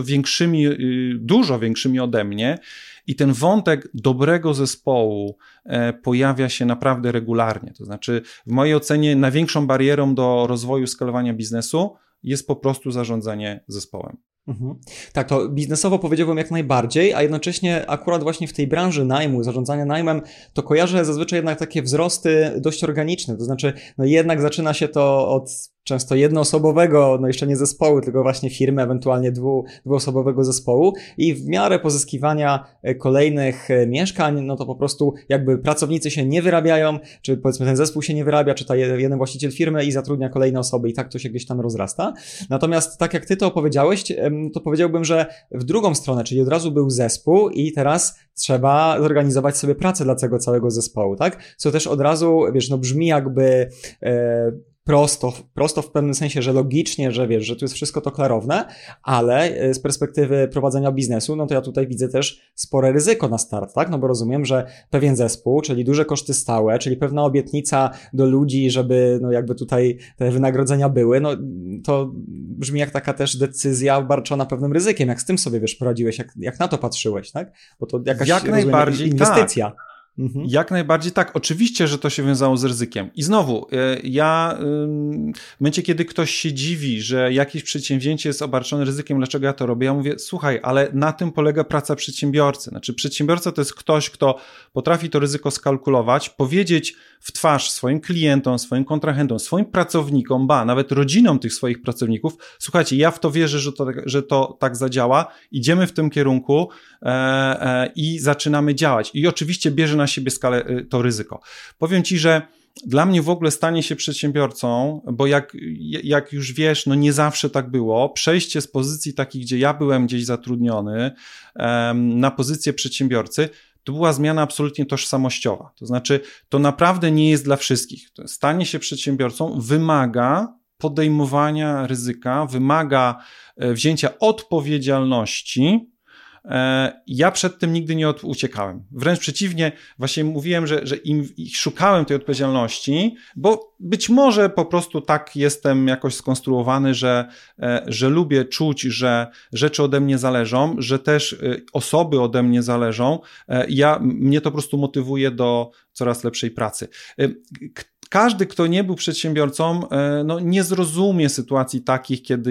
dużo większymi ode mnie. I ten wątek dobrego zespołu pojawia się naprawdę regularnie. To znaczy, w mojej ocenie największą barierą do rozwoju, skalowania biznesu jest po prostu zarządzanie zespołem. Tak, to biznesowo powiedziałbym jak najbardziej, a jednocześnie akurat właśnie w tej branży najmu, zarządzania najmem, to kojarzę zazwyczaj jednak takie wzrosty dość organiczne, to znaczy no jednak zaczyna się to od często jednoosobowego, no jeszcze nie zespołu, tylko właśnie firmy, ewentualnie dwuosobowego zespołu i w miarę pozyskiwania kolejnych mieszkań, no to po prostu jakby pracownicy się nie wyrabiają, czy powiedzmy ten zespół się nie wyrabia, czy jeden właściciel firmy i zatrudnia kolejne osoby i tak to się gdzieś tam rozrasta. Natomiast tak jak ty to opowiedziałeś, to powiedziałbym, że w drugą stronę, czyli od razu był zespół i teraz trzeba zorganizować sobie pracę dla tego całego zespołu, tak? Co też od razu, wiesz, no brzmi jakby prosto w pewnym sensie, że logicznie, że wiesz, że tu jest wszystko to klarowne, ale z perspektywy prowadzenia biznesu, no to ja tutaj widzę też spore ryzyko na start, tak? No bo rozumiem, że pewien zespół, czyli duże koszty stałe, czyli pewna obietnica do ludzi, żeby no jakby tutaj te wynagrodzenia były, no to brzmi jak taka też decyzja obarczona pewnym ryzykiem. Jak z tym sobie, wiesz, poradziłeś, jak na to patrzyłeś, tak? Bo to jakaś, jak najbardziej inwestycja. Tak. Jak najbardziej tak. Oczywiście, że to się wiązało z ryzykiem. I znowu, ja w momencie, kiedy ktoś się dziwi, że jakieś przedsięwzięcie jest obarczone ryzykiem, dlaczego ja to robię? Ja mówię, słuchaj, ale na tym polega praca przedsiębiorcy. Znaczy przedsiębiorca to jest ktoś, kto potrafi to ryzyko skalkulować, powiedzieć w twarz swoim klientom, swoim kontrahentom, swoim pracownikom, nawet rodzinom tych swoich pracowników, słuchajcie, ja w to wierzę, że to tak zadziała, idziemy w tym kierunku i zaczynamy działać. I oczywiście bierze na siebie skalę to ryzyko. Powiem ci, że dla mnie w ogóle stanie się przedsiębiorcą, bo jak już wiesz, no nie zawsze tak było, przejście z pozycji takiej, gdzie ja byłem gdzieś zatrudniony na pozycję przedsiębiorcy, to była zmiana absolutnie tożsamościowa. To znaczy, to naprawdę nie jest dla wszystkich. Stanie się przedsiębiorcą wymaga podejmowania ryzyka, wymaga wzięcia odpowiedzialności. Ja przed tym nigdy nie uciekałem. Wręcz przeciwnie, właśnie mówiłem, że im szukałem tej odpowiedzialności, bo być może po prostu tak jestem jakoś skonstruowany, że lubię czuć, że rzeczy ode mnie zależą, że też osoby ode mnie zależą. Mnie to po prostu motywuje do coraz lepszej pracy. Każdy, kto nie był przedsiębiorcą, no nie zrozumie sytuacji takich, kiedy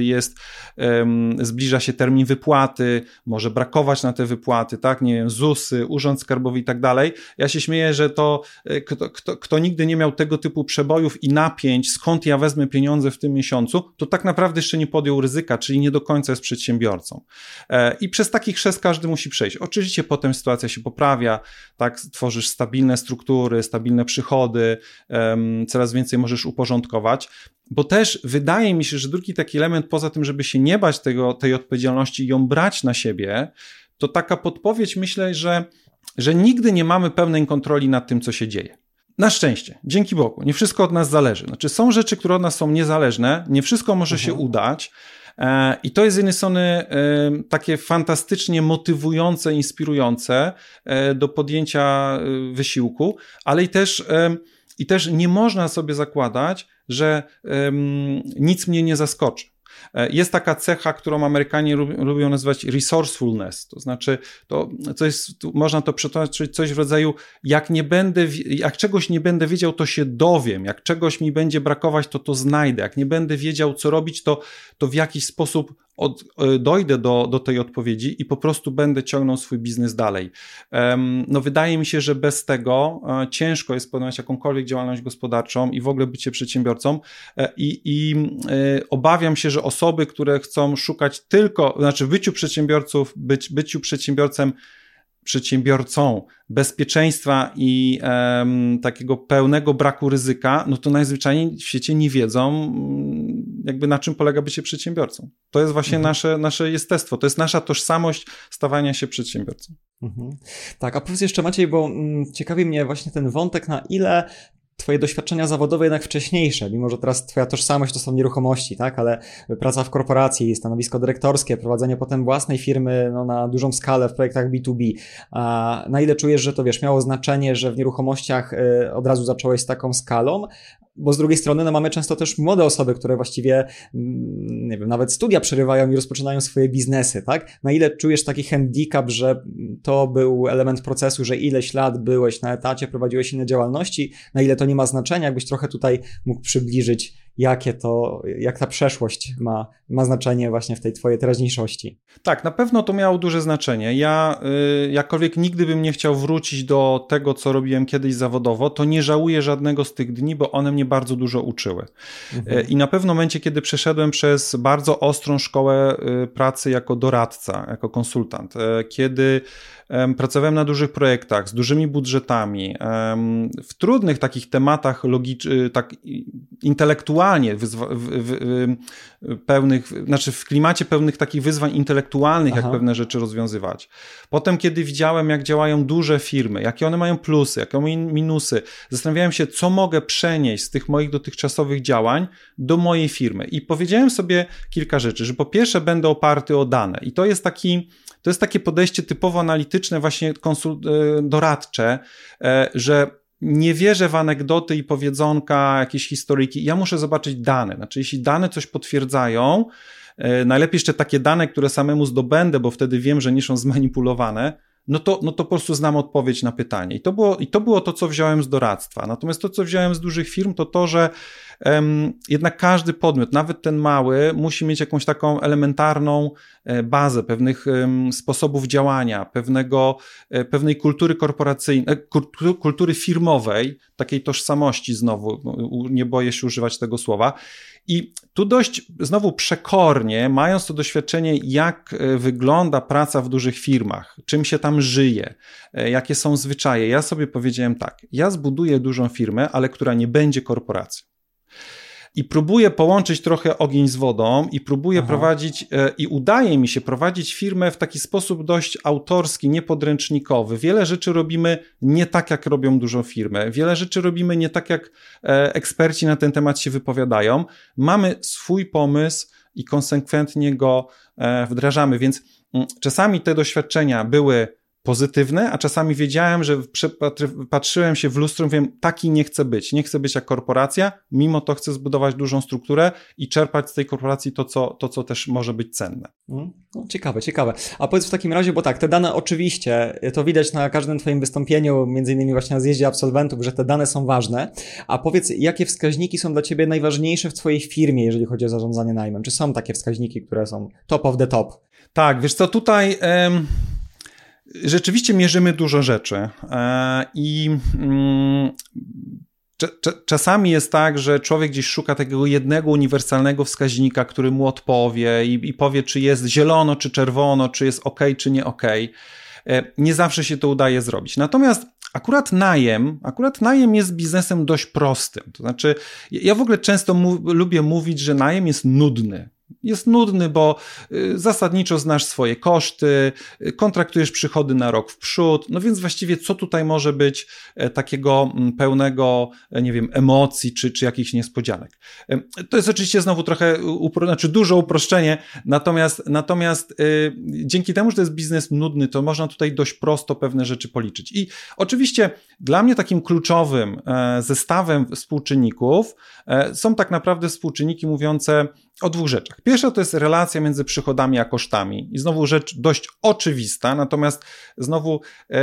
zbliża się termin wypłaty, może brakować na te wypłaty, tak, nie wiem, ZUS-y, Urząd Skarbowy i tak dalej. Ja się śmieję, że to kto nigdy nie miał tego typu przebojów i napięć, skąd ja wezmę pieniądze w tym miesiącu, to tak naprawdę jeszcze nie podjął ryzyka, czyli nie do końca jest przedsiębiorcą. I przez taki chrzest każdy musi przejść. Oczywiście potem sytuacja się poprawia, tak, tworzysz stabilne struktury, stabilne przychody, coraz więcej możesz uporządkować, bo też wydaje mi się, że drugi taki element, poza tym, żeby się nie bać tej odpowiedzialności i ją brać na siebie, to taka podpowiedź, myślę, że nigdy nie mamy pełnej kontroli nad tym, co się dzieje. Na szczęście, dzięki Bogu, nie wszystko od nas zależy. Znaczy są rzeczy, które od nas są niezależne, nie wszystko może się udać, I to jest z jednej strony takie fantastycznie motywujące, inspirujące do podjęcia wysiłku, ale i też nie można sobie zakładać, że nic mnie nie zaskoczy. Jest taka cecha, którą Amerykanie lubią nazywać resourcefulness, to znaczy, można to przetłumaczyć coś w rodzaju, jak czegoś nie będę wiedział, to się dowiem, jak czegoś mi będzie brakować, to znajdę, jak nie będę wiedział, co robić, to w jakiś sposób dojdę do tej odpowiedzi i po prostu będę ciągnął swój biznes dalej. No wydaje mi się, że bez tego ciężko jest podjąć jakąkolwiek działalność gospodarczą i w ogóle bycie przedsiębiorcą i obawiam się, że osoby, które chcą szukać w byciu byciu przedsiębiorcą bezpieczeństwa i takiego pełnego braku ryzyka, no to najzwyczajniej w świecie nie wiedzą, jakby na czym polega bycie przedsiębiorcą. To jest właśnie nasze jestestwo, to jest nasza tożsamość stawania się przedsiębiorcą. Tak, a powiedz jeszcze, Maciej, bo ciekawi mnie właśnie ten wątek, na ile twoje doświadczenia zawodowe jednak wcześniejsze, mimo że teraz twoja tożsamość to są nieruchomości, tak, ale praca w korporacji, stanowisko dyrektorskie, prowadzenie potem własnej firmy na dużą skalę w projektach B2B. A na ile czujesz, że to miało znaczenie, że w nieruchomościach od razu zacząłeś z taką skalą? Bo z drugiej strony mamy często też młode osoby, które właściwie, nie wiem, nawet studia przerywają i rozpoczynają swoje biznesy, tak? Na ile czujesz taki handicap, że to był element procesu, że ileś lat byłeś na etacie, prowadziłeś inne działalności, na ile to nie ma znaczenia, jakbyś trochę tutaj mógł przybliżyć, jak ta przeszłość ma znaczenie właśnie w tej twojej teraźniejszości. Tak, na pewno to miało duże znaczenie. Ja jakkolwiek nigdy bym nie chciał wrócić do tego, co robiłem kiedyś zawodowo, to nie żałuję żadnego z tych dni, bo one mnie bardzo dużo uczyły. I na pewno w momencie, kiedy przeszedłem przez bardzo ostrą szkołę pracy jako doradca, jako konsultant, kiedy pracowałem na dużych projektach, z dużymi budżetami, w trudnych takich tematach tak intelektualnie pełnych, znaczy w klimacie pełnych takich wyzwań intelektualnych, jak pewne rzeczy rozwiązywać. Potem, kiedy widziałem, jak działają duże firmy, jakie one mają plusy, jakie mają minusy, zastanawiałem się, co mogę przenieść z tych moich dotychczasowych działań do mojej firmy. I powiedziałem sobie kilka rzeczy, że po pierwsze będę oparty o dane. I to jest takie podejście typowo analityczne, właśnie doradcze, że nie wierzę w anegdoty i powiedzonka, jakieś historyjki. Ja muszę zobaczyć dane. Znaczy, jeśli dane coś potwierdzają, najlepiej jeszcze takie dane, które samemu zdobędę, bo wtedy wiem, że nie są zmanipulowane, no to po prostu znam odpowiedź na pytanie. I to było to, co wziąłem z doradztwa. Natomiast to, co wziąłem z dużych firm, to, że jednak każdy podmiot, nawet ten mały, musi mieć jakąś taką elementarną bazę pewnych sposobów działania, pewnej kultury korporacyjnej, kultury firmowej, takiej tożsamości znowu, nie boję się używać tego słowa. I tu dość znowu przekornie, mając to doświadczenie, jak wygląda praca w dużych firmach, czym się tam żyje, jakie są zwyczaje, ja sobie powiedziałem tak, ja zbuduję dużą firmę, ale która nie będzie korporacją. I próbuję połączyć trochę ogień z wodą i próbuję prowadzić, i udaje mi się prowadzić firmę w taki sposób dość autorski, niepodręcznikowy. Wiele rzeczy robimy nie tak, jak robią dużą firmę. Wiele rzeczy robimy nie tak, jak eksperci na ten temat się wypowiadają. Mamy swój pomysł i konsekwentnie go wdrażamy, więc czasami te doświadczenia były pozytywne, a czasami wiedziałem, że patrzyłem się w lustro i mówiłem, taki nie chcę być jak korporacja, mimo to chcę zbudować dużą strukturę i czerpać z tej korporacji to, co też może być cenne. No, ciekawe. A powiedz w takim razie, bo tak, te dane oczywiście, to widać na każdym twoim wystąpieniu, między innymi właśnie na zjeździe absolwentów, że te dane są ważne, a powiedz, jakie wskaźniki są dla ciebie najważniejsze w twojej firmie, jeżeli chodzi o zarządzanie najmem? Czy są takie wskaźniki, które są top of the top? Tak, wiesz co, tutaj rzeczywiście mierzymy dużo rzeczy i czasami jest tak, że człowiek gdzieś szuka takiego jednego uniwersalnego wskaźnika, który mu odpowie i powie, czy jest zielono, czy czerwono, czy jest ok, czy nie ok. Nie zawsze się to udaje zrobić. Natomiast akurat najem jest biznesem dość prostym. To znaczy, ja w ogóle często lubię mówić, że najem jest nudny. Jest nudny, bo zasadniczo znasz swoje koszty, kontraktujesz przychody na rok w przód, no więc właściwie co tutaj może być takiego pełnego, nie wiem, emocji czy jakichś niespodzianek. To jest oczywiście znowu trochę, dużo uproszczenie, natomiast dzięki temu, że to jest biznes nudny, to można tutaj dość prosto pewne rzeczy policzyć. I oczywiście dla mnie takim kluczowym zestawem współczynników są tak naprawdę współczynniki mówiące o dwóch rzeczach. Pierwsza to jest relacja między przychodami a kosztami i znowu rzecz dość oczywista, natomiast znowu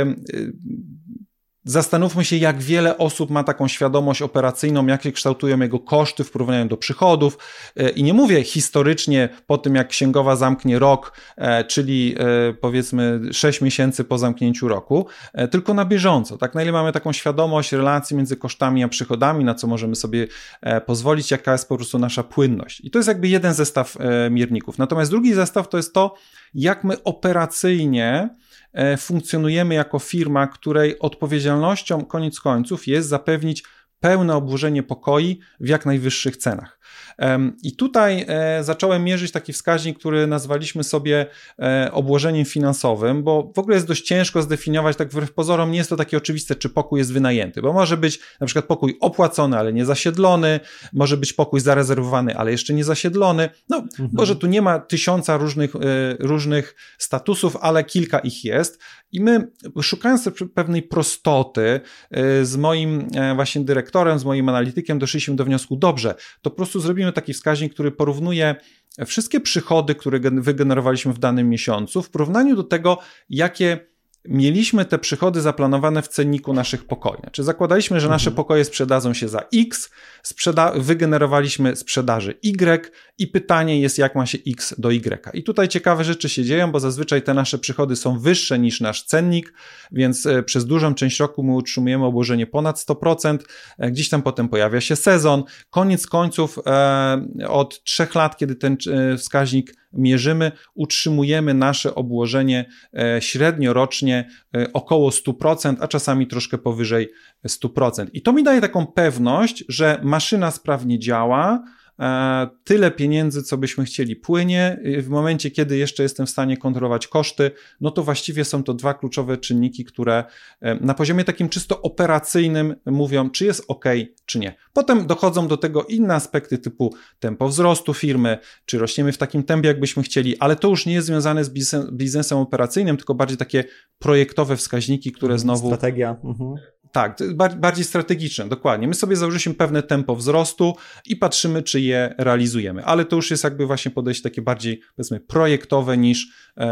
zastanówmy się, jak wiele osób ma taką świadomość operacyjną, jak się kształtują jego koszty w porównaniu do przychodów. I nie mówię historycznie po tym, jak księgowa zamknie rok, czyli powiedzmy 6 miesięcy po zamknięciu roku, tylko na bieżąco. Tak? Na ile mamy taką świadomość relacji między kosztami a przychodami, na co możemy sobie pozwolić, jaka jest po prostu nasza płynność. I to jest jakby jeden zestaw mierników. Natomiast drugi zestaw to jest to, jak my operacyjnie funkcjonujemy jako firma, której odpowiedzialnością koniec końców jest zapewnić pełne obłożenie pokoi w jak najwyższych cenach. I tutaj zacząłem mierzyć taki wskaźnik, który nazwaliśmy sobie obłożeniem finansowym, bo w ogóle jest dość ciężko zdefiniować, tak wbrew pozorom nie jest to takie oczywiste, czy pokój jest wynajęty, bo może być na przykład pokój opłacony, ale nie zasiedlony, może być pokój zarezerwowany, ale jeszcze nie zasiedlony, może tu nie ma 1000 różnych statusów, ale kilka ich jest i my szukając pewnej prostoty z moim właśnie dyrektorem, z moim analitykiem doszliśmy do wniosku, dobrze, to po prostu zrobimy taki wskaźnik, który porównuje wszystkie przychody, które wygenerowaliśmy w danym miesiącu w porównaniu do tego, jakie mieliśmy te przychody zaplanowane w cenniku naszych pokoi. Czy zakładaliśmy, że nasze pokoje sprzedadzą się za X, wygenerowaliśmy sprzedaży Y i pytanie jest, jak ma się X do Y. I tutaj ciekawe rzeczy się dzieją, bo zazwyczaj te nasze przychody są wyższe niż nasz cennik, więc przez dużą część roku my utrzymujemy obłożenie ponad 100%, gdzieś tam potem pojawia się sezon. Koniec końców od 3 lat, kiedy ten wskaźnik mierzymy, utrzymujemy nasze obłożenie średnio rocznie około 100%, a czasami troszkę powyżej 100%. I to mi daje taką pewność, że maszyna sprawnie działa, tyle pieniędzy, co byśmy chcieli, płynie. W momencie, kiedy jeszcze jestem w stanie kontrolować koszty, no to właściwie są to dwa kluczowe czynniki, które na poziomie takim czysto operacyjnym mówią, czy jest OK, czy nie. Potem dochodzą do tego inne aspekty typu tempo wzrostu firmy, czy rośniemy w takim tempie, jakbyśmy chcieli, ale to już nie jest związane z biznesem operacyjnym, tylko bardziej takie projektowe wskaźniki, które znowu... Strategia. Tak, bardziej strategiczne, dokładnie. My sobie założyliśmy pewne tempo wzrostu i patrzymy, czy je realizujemy, ale to już jest jakby właśnie podejście takie bardziej, powiedzmy, projektowe niż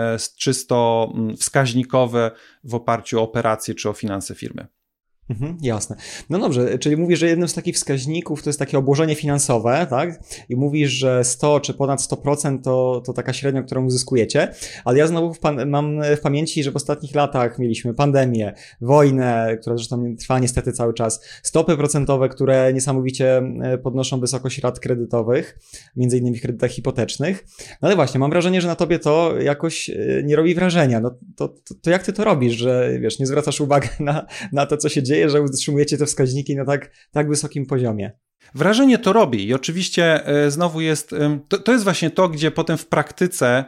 czysto wskaźnikowe w oparciu o operacje czy o finanse firmy. Jasne. No dobrze, czyli mówisz, że jednym z takich wskaźników to jest takie obłożenie finansowe, tak? I mówisz, że 100 czy ponad 100% to taka średnia, którą uzyskujecie, ale ja znowu mam w pamięci, że w ostatnich latach mieliśmy pandemię, wojnę, która zresztą trwa niestety cały czas, stopy procentowe, które niesamowicie podnoszą wysokość rat kredytowych, między innymi w kredytach hipotecznych. No ale właśnie, mam wrażenie, że na tobie to jakoś nie robi wrażenia. No to jak ty to robisz, że wiesz, nie zwracasz uwagi na to, co się dzieje, że utrzymujecie te wskaźniki na tak wysokim poziomie? Wrażenie to robi i oczywiście znowu jest, to jest właśnie to, gdzie potem w praktyce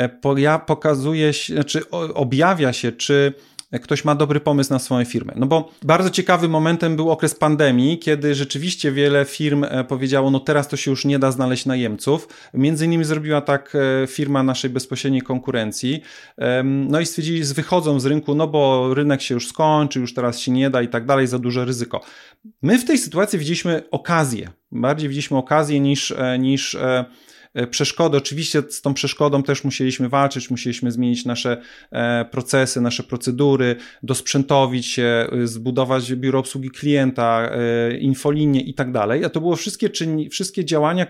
pokazuje się, znaczy objawia się, czy ktoś ma dobry pomysł na swoją firmę. No bo bardzo ciekawym momentem był okres pandemii, kiedy rzeczywiście wiele firm powiedziało, no teraz to się już nie da znaleźć najemców. Między innymi zrobiła tak firma naszej bezpośredniej konkurencji. No i stwierdzili, wychodzą z rynku, no bo rynek się już skończy, już teraz się nie da i tak dalej, za duże ryzyko. My w tej sytuacji widzieliśmy okazję. Bardziej widzieliśmy okazję niż przeszkody. Oczywiście z tą przeszkodą też musieliśmy walczyć, musieliśmy zmienić nasze procesy, nasze procedury, dosprzętowić się, zbudować biuro obsługi klienta, infolinię i tak dalej. A to było wszystkie działania,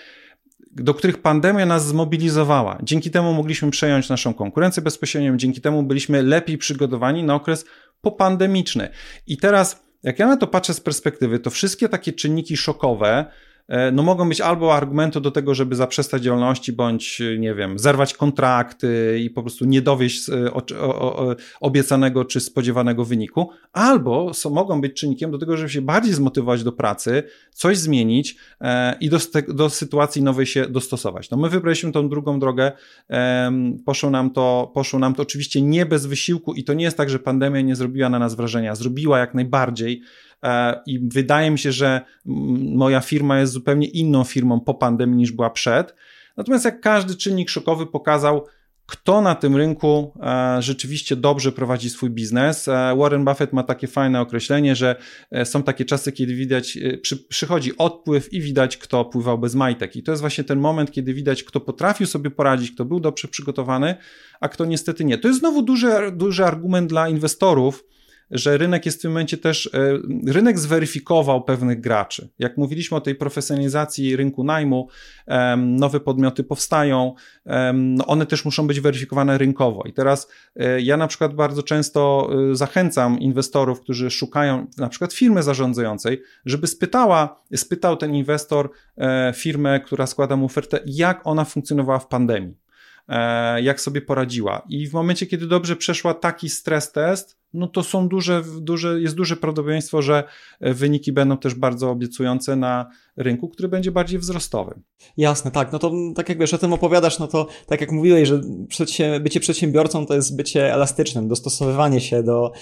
do których pandemia nas zmobilizowała. Dzięki temu mogliśmy przejąć naszą konkurencję bezpośrednią, dzięki temu byliśmy lepiej przygotowani na okres popandemiczny. I teraz, jak ja na to patrzę z perspektywy, to wszystkie takie czynniki szokowe no mogą być albo argumenty do tego, żeby zaprzestać działalności, bądź, nie wiem, zerwać kontrakty i po prostu nie dowieść obiecanego czy spodziewanego wyniku, albo mogą być czynnikiem do tego, żeby się bardziej zmotywować do pracy, coś zmienić i do sytuacji nowej się dostosować. No my wybraliśmy tą drugą drogę, poszło nam to oczywiście nie bez wysiłku i to nie jest tak, że pandemia nie zrobiła na nas wrażenia, zrobiła jak najbardziej i wydaje mi się, że moja firma jest zupełnie inną firmą po pandemii niż była przed, natomiast jak każdy czynnik szokowy pokazał, kto na tym rynku rzeczywiście dobrze prowadzi swój biznes. Warren Buffett ma takie fajne określenie, że są takie czasy, kiedy widać, przychodzi odpływ i widać, kto pływał bez majtek. I to jest właśnie ten moment, kiedy widać, kto potrafił sobie poradzić, kto był dobrze przygotowany, a kto niestety nie. To jest znowu duży argument dla inwestorów, że rynek jest w tym momencie też, rynek zweryfikował pewnych graczy. Jak mówiliśmy o tej profesjonalizacji rynku najmu, nowe podmioty powstają, one też muszą być weryfikowane rynkowo. I teraz ja na przykład bardzo często zachęcam inwestorów, którzy szukają na przykład firmy zarządzającej, żeby spytał ten inwestor firmę, która składa mu ofertę, jak ona funkcjonowała w pandemii, jak sobie poradziła. I w momencie, kiedy dobrze przeszła taki stres test, no to są jest duże prawdopodobieństwo, że wyniki będą też bardzo obiecujące na rynku, który będzie bardziej wzrostowy. Jasne, tak. No to tak jak wiesz, o tym opowiadasz, no to tak jak mówiłeś, że bycie przedsiębiorcą to jest bycie elastycznym, dostosowywanie się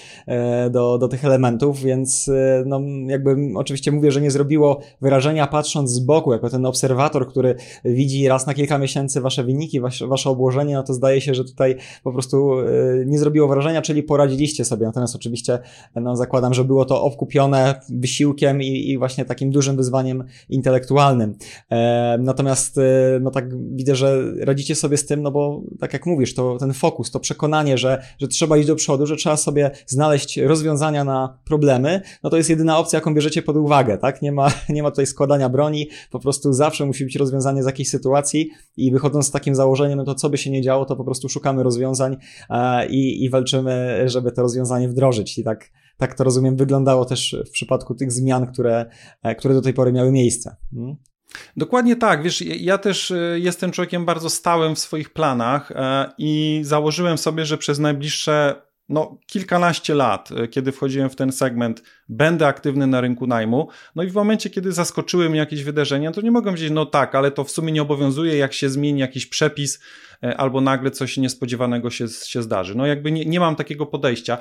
do tych elementów, więc no jakby oczywiście mówię, że nie zrobiło wrażenia patrząc z boku, jako ten obserwator, który widzi raz na kilka miesięcy wasze wyniki, wasze obłożenie, no to zdaje się, że tutaj po prostu nie zrobiło wrażenia, czyli poradziliście sobie. Natomiast oczywiście no, zakładam, że było to okupione wysiłkiem i właśnie takim dużym wyzwaniem intelektualnym. Natomiast no tak widzę, że radzicie sobie z tym, no bo tak jak mówisz, to ten fokus, to przekonanie, że trzeba iść do przodu, że trzeba sobie znaleźć rozwiązania na problemy, no to jest jedyna opcja, jaką bierzecie pod uwagę, tak? Nie ma tutaj składania broni, po prostu zawsze musi być rozwiązanie z jakiejś sytuacji i wychodząc z takim założeniem, no to co by się nie działo, to po prostu szukamy rozwiązań i walczymy, żeby te rozwiązanie wdrożyć. I tak to rozumiem wyglądało też w przypadku tych zmian, które do tej pory miały miejsce. Dokładnie tak. Wiesz, ja też jestem człowiekiem bardzo stałym w swoich planach i założyłem sobie, że przez najbliższe kilkanaście lat, kiedy wchodziłem w ten segment, będę aktywny na rynku najmu. No i w momencie, kiedy zaskoczyły mnie jakieś wydarzenia, to nie mogę powiedzieć, no tak, ale to w sumie nie obowiązuje, jak się zmieni jakiś przepis albo nagle coś niespodziewanego się zdarzy. No jakby nie mam takiego podejścia.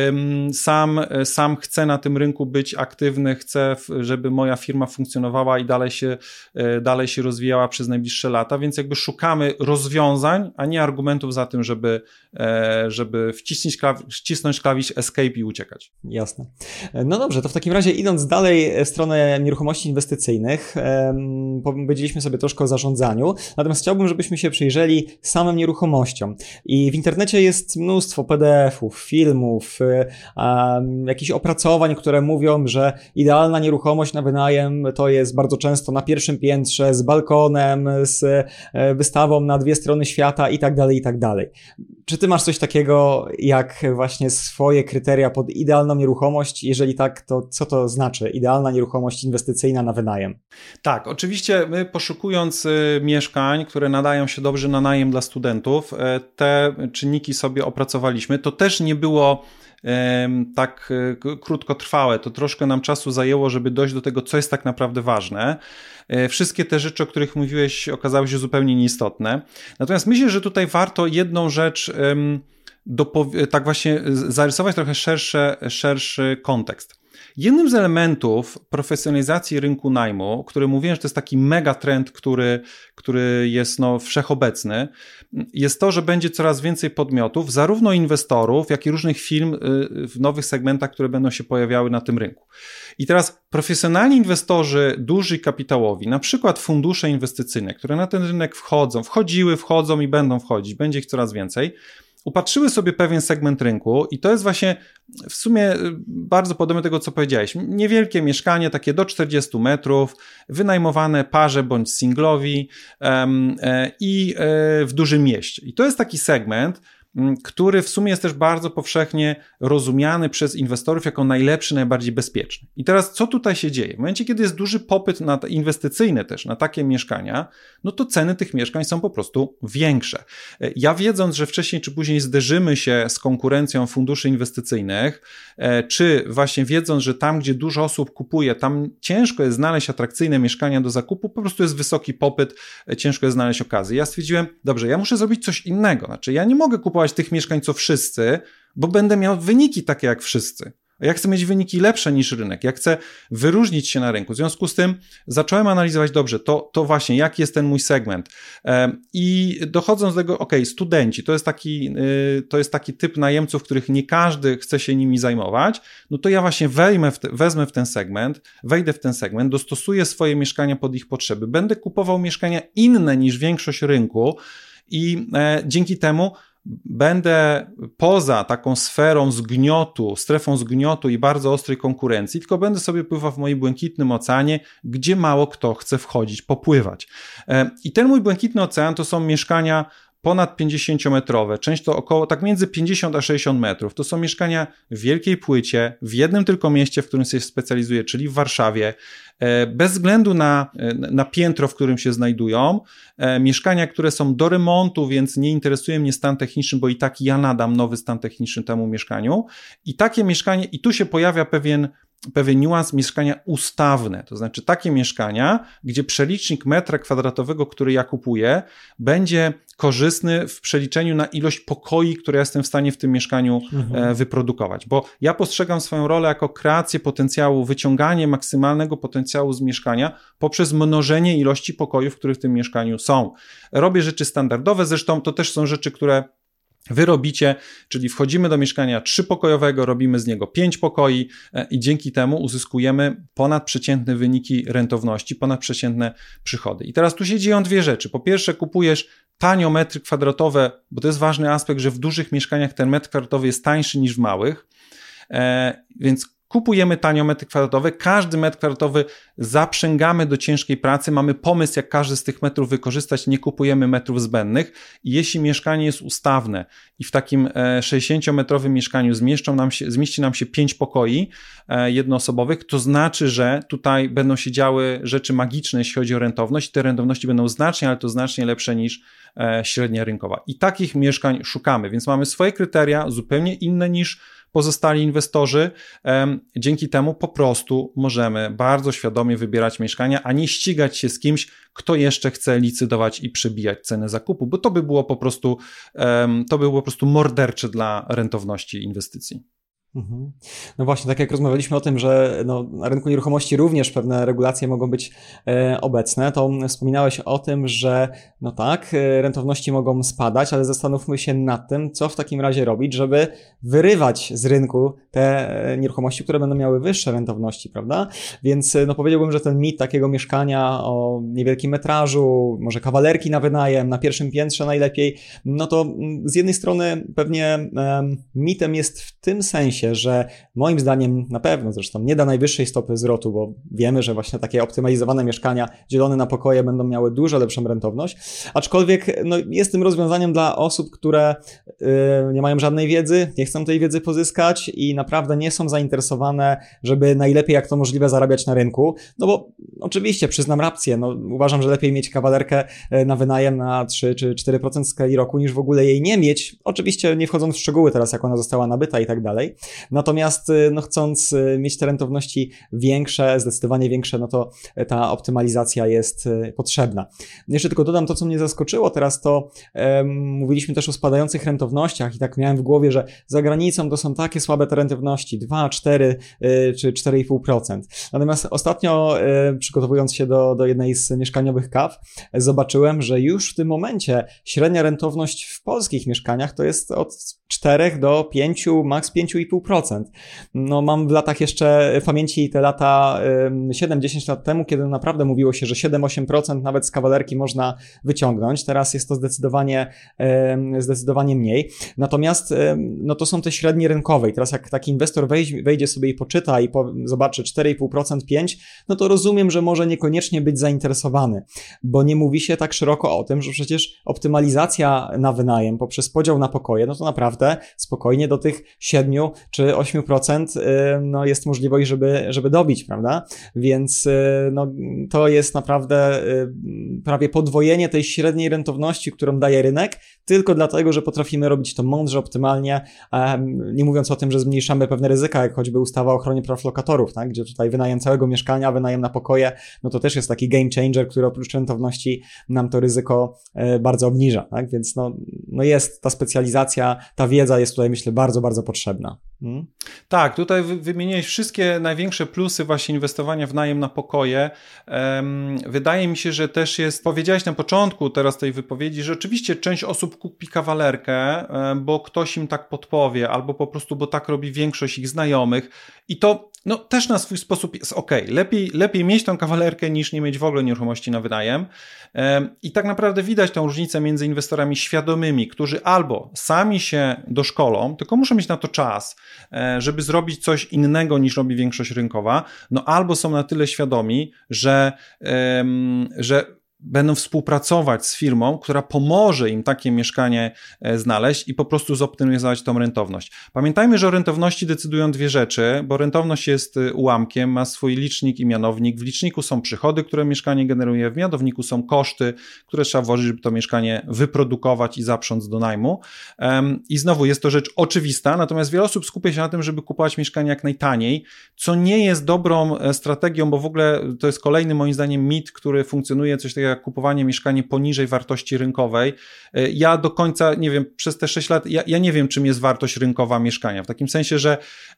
Sam chcę na tym rynku być aktywny, chcę, żeby moja firma funkcjonowała i dalej się rozwijała przez najbliższe lata, więc jakby szukamy rozwiązań, a nie argumentów za tym, żeby wcisnąć klawisz escape i uciekać. Jasne. No dobrze, to w takim razie idąc dalej w stronę nieruchomości inwestycyjnych, powiedzieliśmy sobie troszkę o zarządzaniu, natomiast chciałbym, żebyśmy się przyjrzeli samym nieruchomościom. I w internecie jest mnóstwo PDF-ów, filmów, jakichś opracowań, które mówią, że idealna nieruchomość na wynajem to jest bardzo często na pierwszym piętrze, z balkonem, z wystawą na dwie strony świata i tak dalej, i tak dalej. Czy ty masz coś takiego, jak właśnie swoje kryteria pod idealną nieruchomość? Jeżeli tak, to co to znaczy idealna nieruchomość inwestycyjna na wynajem? Tak, oczywiście my poszukując mieszkań, które nadają się dobrze na najem dla studentów, te czynniki sobie opracowaliśmy. To też nie było tak krótkotrwałe. To troszkę nam czasu zajęło, żeby dojść do tego, co jest tak naprawdę ważne. Wszystkie te rzeczy, o których mówiłeś, okazały się zupełnie nieistotne. Natomiast myślę, że tutaj warto jedną rzecz tak właśnie zarysować trochę szerszy kontekst. Jednym z elementów profesjonalizacji rynku najmu, który mówiłem, że to jest taki megatrend, który jest wszechobecny, jest to, że będzie coraz więcej podmiotów, zarówno inwestorów, jak i różnych firm w nowych segmentach, które będą się pojawiały na tym rynku. I teraz profesjonalni inwestorzy, duży i kapitałowi, na przykład fundusze inwestycyjne, które na ten rynek wchodzą i będą wchodzić, będzie ich coraz więcej, upatrzyły sobie pewien segment rynku i to jest właśnie w sumie bardzo podobne do tego, co powiedziałeś. Niewielkie mieszkanie, takie do 40 metrów, wynajmowane parze bądź singlowi i w dużym mieście. I to jest taki segment, który w sumie jest też bardzo powszechnie rozumiany przez inwestorów jako najlepszy, najbardziej bezpieczny. I teraz co tutaj się dzieje? W momencie, kiedy jest duży popyt inwestycyjny też na takie mieszkania, no to ceny tych mieszkań są po prostu większe. Ja wiedząc, że wcześniej czy później zderzymy się z konkurencją funduszy inwestycyjnych, czy właśnie wiedząc, że tam, gdzie dużo osób kupuje, tam ciężko jest znaleźć atrakcyjne mieszkania do zakupu, po prostu jest wysoki popyt, ciężko jest znaleźć okazję. Ja stwierdziłem, dobrze, ja muszę zrobić coś innego. Znaczy, ja nie mogę kupować tych mieszkań, co wszyscy, bo będę miał wyniki takie jak wszyscy. Ja chcę mieć wyniki lepsze niż rynek. Ja chcę wyróżnić się na rynku. W związku z tym zacząłem analizować dobrze, to właśnie, jaki jest ten mój segment. I dochodząc do tego, studenci, to jest taki typ najemców, których nie każdy chce się nimi zajmować, no to ja właśnie wejdę w ten segment, dostosuję swoje mieszkania pod ich potrzeby. Będę kupował mieszkania inne niż większość rynku i dzięki temu będę poza taką strefą zgniotu i bardzo ostrej konkurencji, tylko będę sobie pływał w moim błękitnym oceanie, gdzie mało kto chce wchodzić, popływać. I ten mój błękitny ocean to są mieszkania ponad 50-metrowe, część to około tak między 50 a 60 metrów. To są mieszkania w wielkiej płycie, w jednym tylko mieście, w którym się specjalizuję, czyli w Warszawie, bez względu na piętro, w którym się znajdują. Mieszkania, które są do remontu, więc nie interesuje mnie stan techniczny, bo i tak ja nadam nowy stan techniczny temu mieszkaniu. I takie mieszkanie, i tu się pojawia pewien niuans, mieszkania ustawne, to znaczy takie mieszkania, gdzie przelicznik metra kwadratowego, który ja kupuję, będzie korzystny w przeliczeniu na ilość pokoi, które ja jestem w stanie w tym mieszkaniu wyprodukować, bo ja postrzegam swoją rolę jako kreację potencjału, wyciąganie maksymalnego potencjału z mieszkania poprzez mnożenie ilości pokojów, które w tym mieszkaniu są. Robię rzeczy standardowe, zresztą to też są rzeczy, które wy robicie, czyli wchodzimy do mieszkania 3-pokojowego, robimy z niego 5 pokoi i dzięki temu uzyskujemy ponadprzeciętne wyniki rentowności, ponadprzeciętne przychody. I teraz tu się dzieją dwie rzeczy. Po pierwsze, kupujesz tanio metry kwadratowe, bo to jest ważny aspekt, że w dużych mieszkaniach ten metr kwadratowy jest tańszy niż w małych, więc kupujemy tanio metry kwadratowe, każdy metr kwadratowy zaprzęgamy do ciężkiej pracy, mamy pomysł, jak każdy z tych metrów wykorzystać, nie kupujemy metrów zbędnych i jeśli mieszkanie jest ustawne i w takim 60-metrowym mieszkaniu zmieści nam się 5 pokoi jednoosobowych, to znaczy, że tutaj będą się działy rzeczy magiczne, jeśli chodzi o rentowność. Te rentowności będą znacznie, ale to znacznie lepsze niż średnia rynkowa. I takich mieszkań szukamy, więc mamy swoje kryteria, zupełnie inne niż pozostali inwestorzy. Dzięki temu po prostu możemy bardzo świadomie wybierać mieszkania, a nie ścigać się z kimś, kto jeszcze chce licytować i przebijać cenę zakupu, bo to by było po prostu mordercze dla rentowności inwestycji. No właśnie, tak jak rozmawialiśmy o tym, że na rynku nieruchomości również pewne regulacje mogą być obecne, to wspominałeś o tym, że rentowności mogą spadać, ale zastanówmy się nad tym, co w takim razie robić, żeby wyrywać z rynku te nieruchomości, które będą miały wyższe rentowności, prawda? Więc powiedziałbym, że ten mit takiego mieszkania o niewielkim metrażu, może kawalerki na wynajem, na pierwszym piętrze najlepiej, no to z jednej strony pewnie mitem jest w tym sensie, że moim zdaniem na pewno zresztą nie da najwyższej stopy zwrotu, bo wiemy, że właśnie takie optymalizowane mieszkania dzielone na pokoje będą miały dużo lepszą rentowność, aczkolwiek jest tym rozwiązaniem dla osób, które nie mają żadnej wiedzy, nie chcą tej wiedzy pozyskać i naprawdę nie są zainteresowane, żeby najlepiej jak to możliwe zarabiać na rynku, bo oczywiście przyznam rację, uważam, że lepiej mieć kawalerkę na wynajem na 3 czy 4% skali roku, niż w ogóle jej nie mieć, oczywiście nie wchodząc w szczegóły teraz, jak ona została nabyta i tak dalej. Natomiast chcąc mieć te rentowności większe, zdecydowanie większe, to ta optymalizacja jest potrzebna. Jeszcze tylko dodam to, co mnie zaskoczyło teraz, to mówiliśmy też o spadających rentownościach i tak miałem w głowie, że za granicą to są takie słabe te rentowności, 2, 4 czy 4,5%. Natomiast ostatnio przygotowując się do jednej z mieszkaniowych kaw, zobaczyłem, że już w tym momencie średnia rentowność w polskich mieszkaniach to jest od 4 do 5, maks 5,5%. 8,5%. No mam w latach jeszcze w pamięci te lata 7-10 lat temu, kiedy naprawdę mówiło się, że 7-8% nawet z kawalerki można wyciągnąć. Teraz jest to zdecydowanie mniej. Natomiast no to są te średnie rynkowe i teraz jak taki inwestor wejdzie sobie i poczyta i zobaczy 4,5%, 5%, no to rozumiem, że może niekoniecznie być zainteresowany, bo nie mówi się tak szeroko o tym, że przecież optymalizacja na wynajem poprzez podział na pokoje, no to naprawdę spokojnie do tych 7 czy 8% no jest możliwość, żeby dobić, prawda? Więc no to jest naprawdę prawie podwojenie tej średniej rentowności, którą daje rynek, tylko dlatego, że potrafimy robić to mądrze, optymalnie, nie mówiąc o tym, że zmniejszamy pewne ryzyka, jak choćby ustawa o ochronie praw lokatorów, tak? Gdzie tutaj wynajem całego mieszkania, wynajem na pokoje, no to też jest taki game changer, który oprócz rentowności nam to ryzyko bardzo obniża, tak? Więc no jest ta specjalizacja, ta wiedza jest tutaj, myślę, bardzo, bardzo potrzebna. Tak, tutaj wymieniłeś wszystkie największe plusy właśnie inwestowania w najem na pokoje. Wydaje mi się, że też jest, powiedziałeś na początku teraz tej wypowiedzi, że oczywiście część osób kupi kawalerkę, bo ktoś im tak podpowie, albo po prostu, bo tak robi większość ich znajomych i to no też na swój sposób jest okej. Lepiej mieć tą kawalerkę niż nie mieć w ogóle nieruchomości na wynajem. I tak naprawdę widać tą różnicę między inwestorami świadomymi, którzy albo sami się doszkolą, tylko muszą mieć na to czas, żeby zrobić coś innego niż robi większość rynkowa, no albo są na tyle świadomi, że będą współpracować z firmą, która pomoże im takie mieszkanie znaleźć i po prostu zoptymalizować tą rentowność. Pamiętajmy, że o rentowności decydują dwie rzeczy, bo rentowność jest ułamkiem, ma swój licznik i mianownik. W liczniku są przychody, które mieszkanie generuje, w mianowniku są koszty, które trzeba włożyć, żeby to mieszkanie wyprodukować i zaprząc do najmu. I znowu jest to rzecz oczywista, natomiast wiele osób skupia się na tym, żeby kupować mieszkanie jak najtaniej, co nie jest dobrą strategią, bo w ogóle to jest kolejny moim zdaniem mit, który funkcjonuje, coś takiego jak kupowanie mieszkania poniżej wartości rynkowej. Ja do końca, nie wiem, przez te 6 lat, ja nie wiem, czym jest wartość rynkowa mieszkania. W takim sensie, że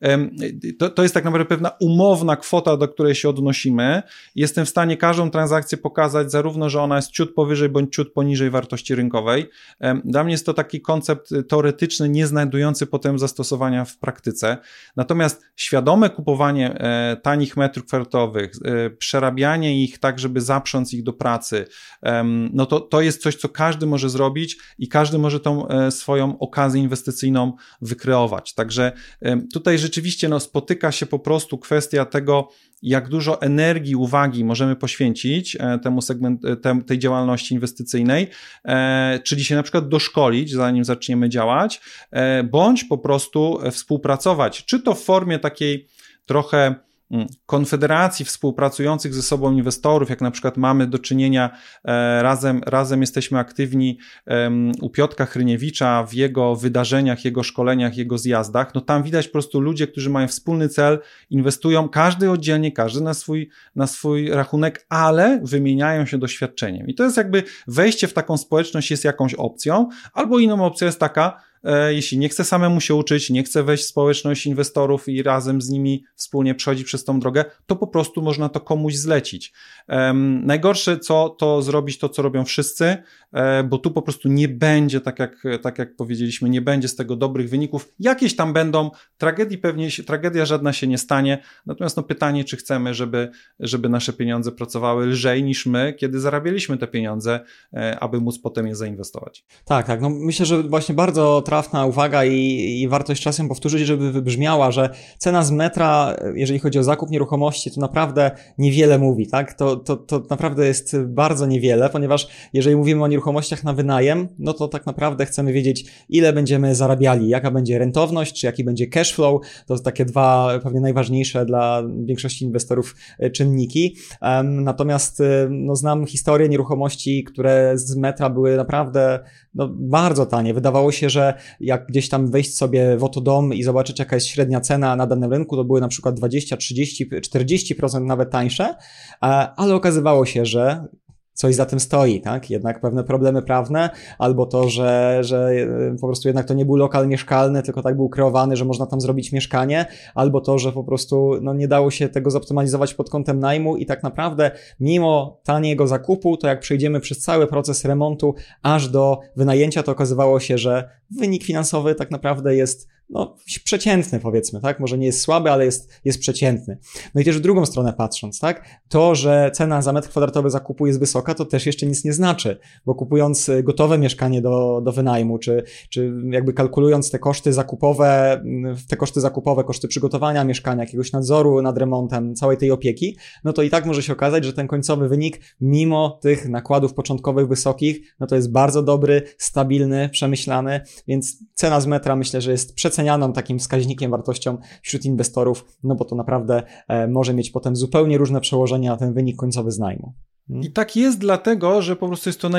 to jest tak naprawdę pewna umowna kwota, do której się odnosimy. Jestem w stanie każdą transakcję pokazać, zarówno, że ona jest ciut powyżej, bądź ciut poniżej wartości rynkowej. Dla mnie jest to taki koncept teoretyczny, nie znajdujący potem zastosowania w praktyce. Natomiast świadome kupowanie tanich metrów kwadratowych, przerabianie ich tak, żeby zaprząc ich do pracy, no to jest coś, co każdy może zrobić i każdy może tą swoją okazję inwestycyjną wykreować. Także tutaj rzeczywiście spotyka się po prostu kwestia tego, jak dużo energii, uwagi możemy poświęcić tej działalności inwestycyjnej, czyli się na przykład doszkolić, zanim zaczniemy działać, bądź po prostu współpracować, czy to w formie takiej trochę konfederacji współpracujących ze sobą inwestorów, jak na przykład mamy do czynienia, razem jesteśmy aktywni u Piotra Hryniewicza w jego wydarzeniach, jego szkoleniach, jego zjazdach, no tam widać po prostu ludzie, którzy mają wspólny cel, inwestują, każdy oddzielnie, każdy na swój rachunek, ale wymieniają się doświadczeniem. I to jest jakby wejście w taką społeczność jest jakąś opcją, albo inną opcją jest taka, jeśli nie chce samemu się uczyć, nie chce wejść w społeczność inwestorów i razem z nimi wspólnie przechodzić przez tą drogę, to po prostu można to komuś zlecić. Najgorsze, to zrobić to, co robią wszyscy, bo tu po prostu nie będzie, tak jak powiedzieliśmy, nie będzie z tego dobrych wyników. Jakieś tam będą, tragedia żadna się nie stanie, natomiast pytanie, czy chcemy, żeby nasze pieniądze pracowały lżej niż my, kiedy zarabialiśmy te pieniądze, aby móc potem je zainwestować. Tak, myślę, że właśnie bardzo trafna uwaga i warto jeszcze czasem powtórzyć, żeby wybrzmiała, że cena z metra, jeżeli chodzi o zakup nieruchomości, to naprawdę niewiele mówi, tak? To naprawdę jest bardzo niewiele, ponieważ jeżeli mówimy o nieruchomościach na wynajem, no to tak naprawdę chcemy wiedzieć, ile będziemy zarabiali, jaka będzie rentowność, czy jaki będzie cash flow. To są takie dwa pewnie najważniejsze dla większości inwestorów czynniki. Natomiast znam historię nieruchomości, które z metra były naprawdę bardzo tanie. Wydawało się, że jak gdzieś tam wejść sobie w Otodom i zobaczyć, jaka jest średnia cena na danym rynku, to były na przykład 20, 30, 40% nawet tańsze, ale okazywało się, że coś za tym stoi, tak? Jednak pewne problemy prawne, albo to, że po prostu jednak to nie był lokal mieszkalny, tylko tak był kreowany, że można tam zrobić mieszkanie, albo to, że po prostu nie dało się tego zoptymalizować pod kątem najmu i tak naprawdę mimo taniego zakupu, to jak przejdziemy przez cały proces remontu aż do wynajęcia, to okazywało się, że wynik finansowy tak naprawdę jest przeciętny, powiedzmy, tak? Może nie jest słaby, ale jest przeciętny. No i też w drugą stronę patrząc, tak? To, że cena za metr kwadratowy zakupu jest wysoka, to też jeszcze nic nie znaczy, bo kupując gotowe mieszkanie do wynajmu, czy jakby kalkulując te koszty zakupowe, koszty przygotowania mieszkania, jakiegoś nadzoru nad remontem, całej tej opieki, no to i tak może się okazać, że ten końcowy wynik, mimo tych nakładów początkowych wysokich, no to jest bardzo dobry, stabilny, przemyślany, więc cena z metra myślę, że jest przecenianą takim wskaźnikiem, wartością wśród inwestorów, no bo to naprawdę może mieć potem zupełnie różne przełożenia na ten wynik końcowy z najmu. I tak jest dlatego, że po prostu jest to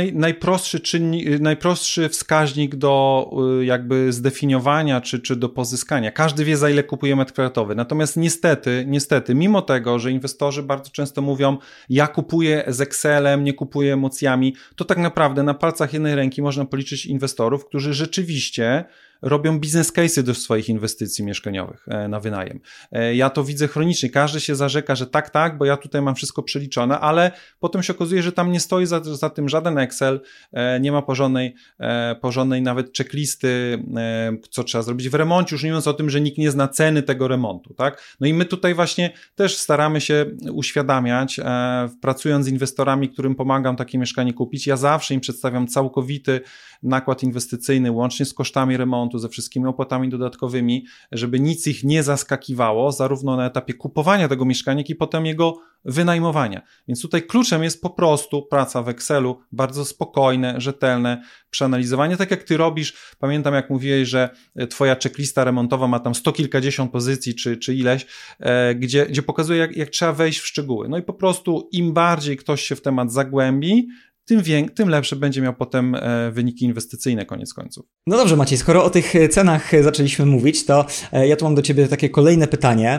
najprostszy wskaźnik do jakby zdefiniowania czy do pozyskania. Każdy wie, za ile kupuje metr kwadratowy. Natomiast niestety, mimo tego, że inwestorzy bardzo często mówią, ja kupuję z Excelem, nie kupuję emocjami, to tak naprawdę na palcach jednej ręki można policzyć inwestorów, którzy rzeczywiście robią business case'y do swoich inwestycji mieszkaniowych na wynajem. Ja to widzę chronicznie. Każdy się zarzeka, że tak, bo ja tutaj mam wszystko przeliczone, ale potem się okazuje, że tam nie stoi za tym żaden Excel, nie ma porządnej nawet checklisty, co trzeba zrobić w remoncie, już nie mówiąc o tym, że nikt nie zna ceny tego remontu, tak? No i my tutaj właśnie też staramy się uświadamiać, pracując z inwestorami, którym pomagam takie mieszkanie kupić. Ja zawsze im przedstawiam całkowity nakład inwestycyjny, łącznie z kosztami remontu, ze wszystkimi opłatami dodatkowymi, żeby nic ich nie zaskakiwało, zarówno na etapie kupowania tego mieszkania, jak i potem jego wynajmowania. Więc tutaj kluczem jest po prostu praca w Excelu, bardzo spokojne, rzetelne przeanalizowanie, tak jak ty robisz. Pamiętam, jak mówiłeś, że twoja checklista remontowa ma tam 100 kilkadziesiąt pozycji, czy ileś, gdzie pokazuje, jak trzeba wejść w szczegóły. No i po prostu im bardziej ktoś się w temat zagłębi, tym lepsze będzie miał potem wyniki inwestycyjne koniec końców. No dobrze, Maciej, skoro o tych cenach zaczęliśmy mówić, to ja tu mam do ciebie takie kolejne pytanie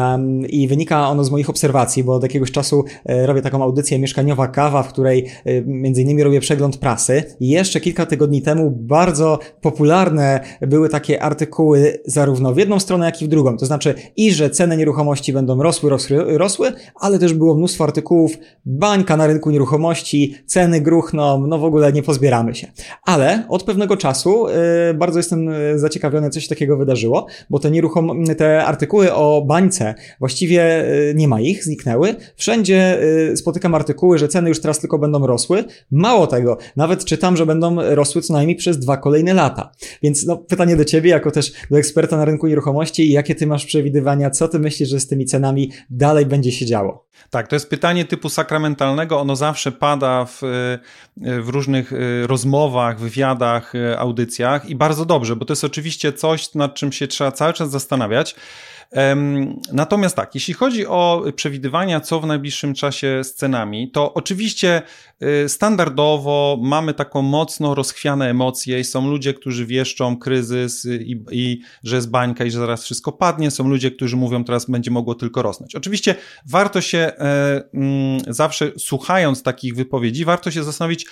i wynika ono z moich obserwacji, bo od jakiegoś czasu robię taką audycję Mieszkaniowa Kawa, w której między innymi robię przegląd prasy i jeszcze kilka tygodni temu bardzo popularne były takie artykuły zarówno w jedną stronę, jak i w drugą. To znaczy że ceny nieruchomości będą rosły, ale też było mnóstwo artykułów, bańka na rynku nieruchomości, ceny gruchną, no w ogóle nie pozbieramy się. Ale od pewnego czasu bardzo jestem zaciekawiony, co się takiego wydarzyło, bo te artykuły o bańce właściwie nie ma ich, zniknęły. Wszędzie spotykam artykuły, że ceny już teraz tylko będą rosły. Mało tego, nawet czytam, że będą rosły co najmniej przez 2 kolejne lata. Więc pytanie do ciebie, jako też do eksperta na rynku nieruchomości, jakie ty masz przewidywania, co ty myślisz, że z tymi cenami dalej będzie się działo? Tak, to jest pytanie typu sakramentalnego, ono zawsze pada w różnych rozmowach, wywiadach, audycjach i bardzo dobrze, bo to jest oczywiście coś, nad czym się trzeba cały czas zastanawiać. Natomiast tak, jeśli chodzi o przewidywania, co w najbliższym czasie z cenami, to oczywiście standardowo mamy taką mocno rozchwiane emocje i są ludzie, którzy wieszczą kryzys i że jest bańka i że zaraz wszystko padnie, są ludzie, którzy mówią, teraz będzie mogło tylko rosnąć. Oczywiście warto się zawsze, słuchając takich wypowiedzi, warto się zastanowić,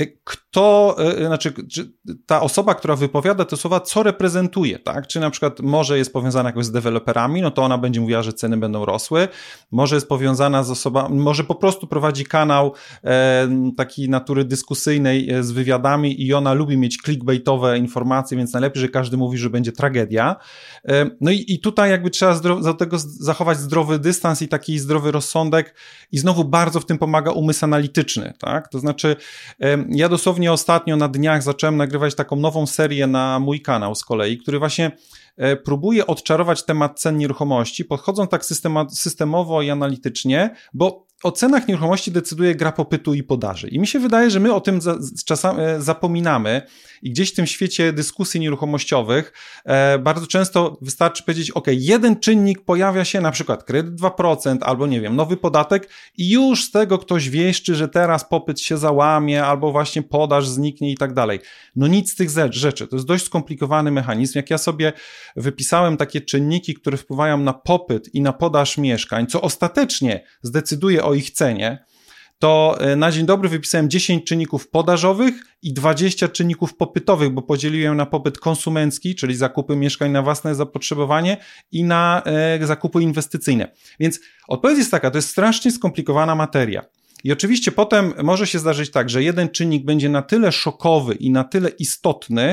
czy ta osoba, która wypowiada te słowa, co reprezentuje, tak? Czy na przykład może jest powiązana jakoś z deweloperami, no to ona będzie mówiła, że ceny będą rosły, może jest powiązana z osobami, może po prostu prowadzi kanał takiej natury dyskusyjnej z wywiadami i ona lubi mieć clickbaitowe informacje, więc najlepiej, że każdy mówi, że będzie tragedia. No i tutaj jakby trzeba do tego zachować zdrowy dystans i taki zdrowy rozsądek i znowu bardzo w tym pomaga umysł analityczny, tak? To znaczy ja dosłownie ostatnio na dniach zacząłem nagrywać taką nową serię na mój kanał z kolei, który właśnie próbuje odczarować temat cen nieruchomości, podchodząc tak systemowo i analitycznie, bo o cenach nieruchomości decyduje gra popytu i podaży. I mi się wydaje, że my o tym czasami zapominamy i gdzieś w tym świecie dyskusji nieruchomościowych bardzo często wystarczy powiedzieć, jeden czynnik pojawia się, na przykład kredyt 2% albo nie wiem, nowy podatek i już z tego ktoś wieszczy, że teraz popyt się załamie albo właśnie podaż zniknie i tak dalej. No nic z tych rzeczy. To jest dość skomplikowany mechanizm. Jak ja sobie wypisałem takie czynniki, które wpływają na popyt i na podaż mieszkań, co ostatecznie zdecyduje o ich cenie, to na dzień dobry wypisałem 10 czynników podażowych i 20 czynników popytowych, bo podzieliłem na popyt konsumencki, czyli zakupy mieszkań na własne zapotrzebowanie i na zakupy inwestycyjne. Więc odpowiedź jest taka, to jest strasznie skomplikowana materia. I oczywiście potem może się zdarzyć tak, że jeden czynnik będzie na tyle szokowy i na tyle istotny,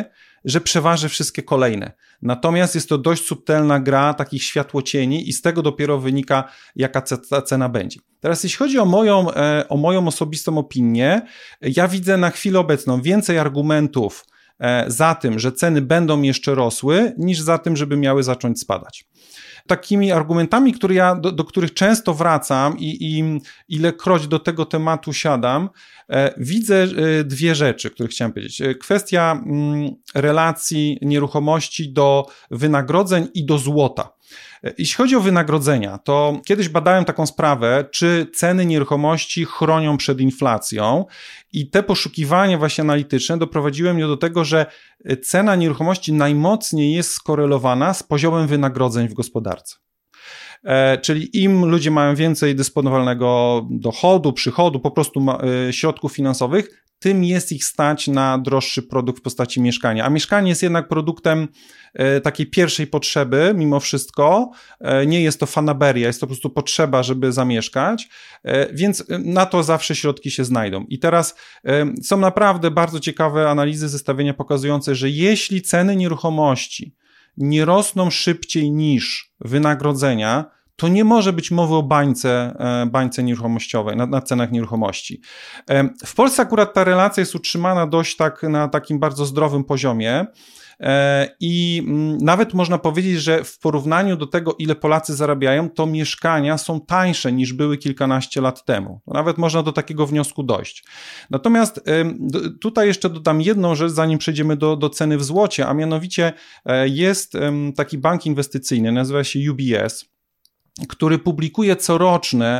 że przeważy wszystkie kolejne. Natomiast jest to dość subtelna gra takich światłocieni i z tego dopiero wynika, jaka ta cena będzie. Teraz jeśli chodzi o moją osobistą opinię, ja widzę na chwilę obecną więcej argumentów za tym, że ceny będą jeszcze rosły, niż za tym, żeby miały zacząć spadać. Takimi argumentami, do których często wracam i ilekroć do tego tematu siadam, widzę dwie rzeczy, które chciałem powiedzieć. Kwestia relacji nieruchomości do wynagrodzeń i do złota. Jeśli chodzi o wynagrodzenia, to kiedyś badałem taką sprawę, czy ceny nieruchomości chronią przed inflacją i te poszukiwania właśnie analityczne doprowadziły mnie do tego, że cena nieruchomości najmocniej jest skorelowana z poziomem wynagrodzeń w gospodarce. Czyli im ludzie mają więcej dysponowalnego dochodu, przychodu, po prostu środków finansowych, tym jest ich stać na droższy produkt w postaci mieszkania. A mieszkanie jest jednak produktem takiej pierwszej potrzeby, mimo wszystko. Nie jest to fanaberia, jest to po prostu potrzeba, żeby zamieszkać, więc na to zawsze środki się znajdą. I teraz są naprawdę bardzo ciekawe analizy zestawienia pokazujące, że jeśli ceny nieruchomości nie rosną szybciej niż wynagrodzenia, to nie może być mowy o bańce nieruchomościowej, na cenach nieruchomości. W Polsce akurat ta relacja jest utrzymana dość tak na takim bardzo zdrowym poziomie i nawet można powiedzieć, że w porównaniu do tego, ile Polacy zarabiają, to mieszkania są tańsze niż były kilkanaście lat temu. Nawet można do takiego wniosku dojść. Natomiast tutaj jeszcze dodam jedną rzecz, zanim przejdziemy do ceny w złocie, a mianowicie jest taki bank inwestycyjny, nazywa się UBS, który publikuje coroczne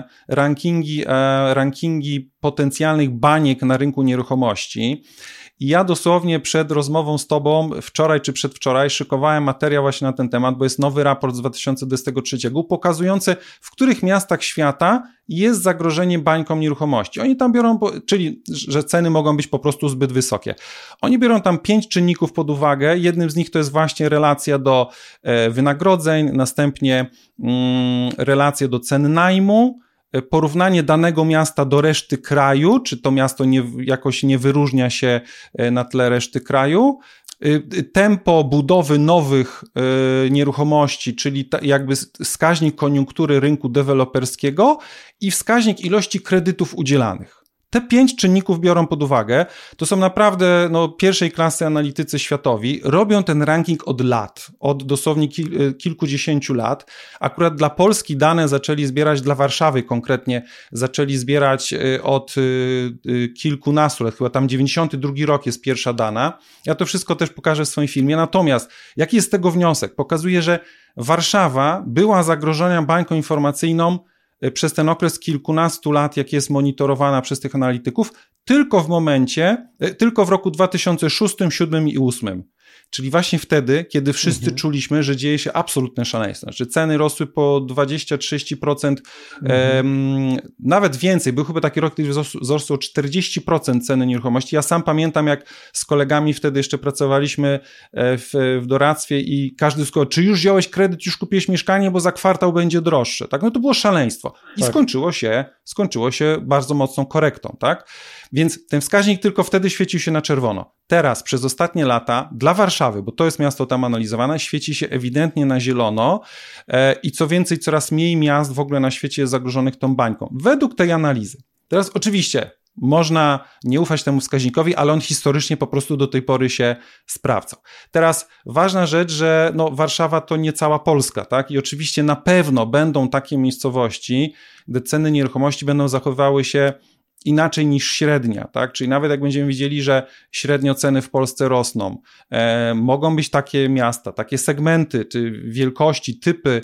rankingi potencjalnych baniek na rynku nieruchomości. I ja dosłownie przed rozmową z tobą, wczoraj czy przedwczoraj, szykowałem materiał właśnie na ten temat, bo jest nowy raport z 2023, pokazujący, w których miastach świata jest zagrożenie bańką nieruchomości. Oni tam biorą, czyli że ceny mogą być po prostu zbyt wysokie. Oni biorą tam 5 czynników pod uwagę. Jednym z nich to jest właśnie relacja do wynagrodzeń, następnie relacja do cen najmu, porównanie danego miasta do reszty kraju, czy to miasto jakoś nie wyróżnia się na tle reszty kraju, tempo budowy nowych nieruchomości, czyli jakby wskaźnik koniunktury rynku deweloperskiego i wskaźnik ilości kredytów udzielanych. Te 5 czynników biorą pod uwagę, to są naprawdę pierwszej klasy analitycy światowi, robią ten ranking od lat, od dosłownie kilkudziesięciu lat. Akurat dla Polski dane zaczęli zbierać, dla Warszawy konkretnie zaczęli zbierać od kilkunastu lat, chyba tam 92 rok jest pierwsza dana. Ja to wszystko też pokażę w swoim filmie, natomiast jaki jest z tego wniosek? Pokazuje, że Warszawa była zagrożona bańką informacyjną przez ten okres kilkunastu lat, jak jest monitorowana przez tych analityków, tylko w roku 2006, 2007 i 2008. Czyli właśnie wtedy, kiedy wszyscy czuliśmy, że dzieje się absolutne szaleństwo. Znaczy ceny rosły po 20-30%, nawet więcej. Był chyba taki rok, kiedy wzrosło 40% ceny nieruchomości. Ja sam pamiętam, jak z kolegami wtedy jeszcze pracowaliśmy w doradztwie i każdy сказał, czy już wziąłeś kredyt, już kupiłeś mieszkanie, bo za kwartał będzie droższe. Tak? No to było szaleństwo. I tak. skończyło się bardzo mocną korektą. Tak? Więc ten wskaźnik tylko wtedy świecił się na czerwono. Teraz przez ostatnie lata dla Warszawy, bo to jest miasto tam analizowane, świeci się ewidentnie na zielono i co więcej, coraz mniej miast w ogóle na świecie jest zagrożonych tą bańką. Według tej analizy. Teraz oczywiście można nie ufać temu wskaźnikowi, ale on historycznie po prostu do tej pory się sprawdzał. Teraz ważna rzecz, że Warszawa to nie cała Polska, tak? I oczywiście na pewno będą takie miejscowości, gdzie ceny nieruchomości będą zachowywały się inaczej niż średnia, tak? Czyli nawet jak będziemy widzieli, że średnio ceny w Polsce rosną, mogą być takie miasta, takie segmenty, wielkości, typy,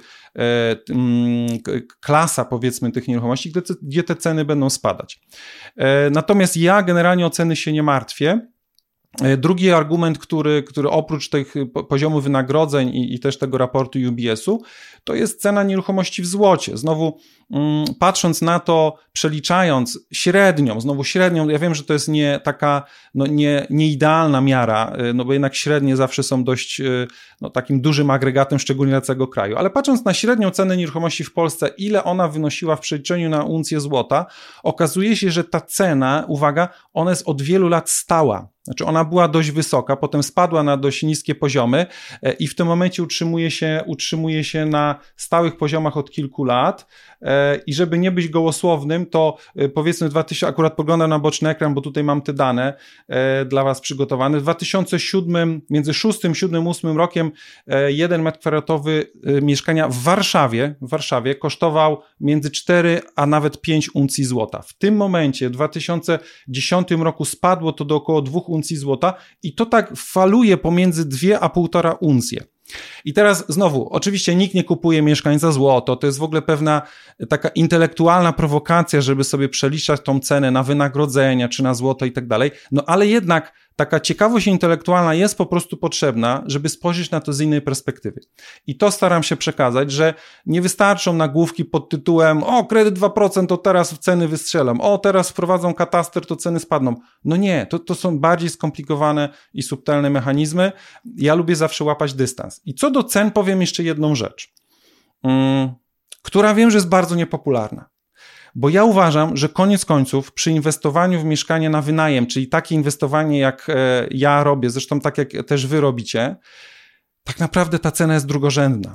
klasa powiedzmy tych nieruchomości, gdzie te ceny będą spadać. Natomiast ja generalnie o ceny się nie martwię. Drugi argument, który oprócz tych poziomu wynagrodzeń i też tego raportu UBS-u, to jest cena nieruchomości w złocie. Znowu patrząc na to, przeliczając średnią, ja wiem, że to jest nie taka nie idealna miara, bo jednak średnie zawsze są dość takim dużym agregatem, szczególnie dla całego kraju, ale patrząc na średnią cenę nieruchomości w Polsce, ile ona wynosiła w przeliczeniu na uncję złota, okazuje się, że ta cena, uwaga, ona jest od wielu lat stała. Znaczy ona była dość wysoka, potem spadła na dość niskie poziomy i w tym momencie utrzymuje się na stałych poziomach od kilku lat i żeby nie być gołosłownym, to powiedzmy akurat poglądam na boczny ekran, bo tutaj mam te dane dla was przygotowane. W 2007, między 6, 7, 8 rokiem 1 metr kwadratowy mieszkania w Warszawie kosztował między 4 a nawet 5 uncji złota. W tym momencie, w 2010 roku spadło to do około 2 uncji złota i to tak faluje pomiędzy 2 a 1,5 uncje. I teraz znowu, oczywiście nikt nie kupuje mieszkań za złoto, to jest w ogóle pewna taka intelektualna prowokacja, żeby sobie przeliczać tą cenę na wynagrodzenia czy na złoto i tak dalej, no ale jednak taka ciekawość intelektualna jest po prostu potrzebna, żeby spojrzeć na to z innej perspektywy. I to staram się przekazać, że nie wystarczą nagłówki pod tytułem kredyt 2% to teraz ceny wystrzelą, teraz wprowadzą kataster, to ceny spadną. No nie, to są bardziej skomplikowane i subtelne mechanizmy. Ja lubię zawsze łapać dystans. I co do cen powiem jeszcze jedną rzecz, która wiem, że jest bardzo niepopularna. Bo ja uważam, że koniec końców przy inwestowaniu w mieszkanie na wynajem, czyli takie inwestowanie jak ja robię, zresztą tak jak też wy robicie, tak naprawdę ta cena jest drugorzędna.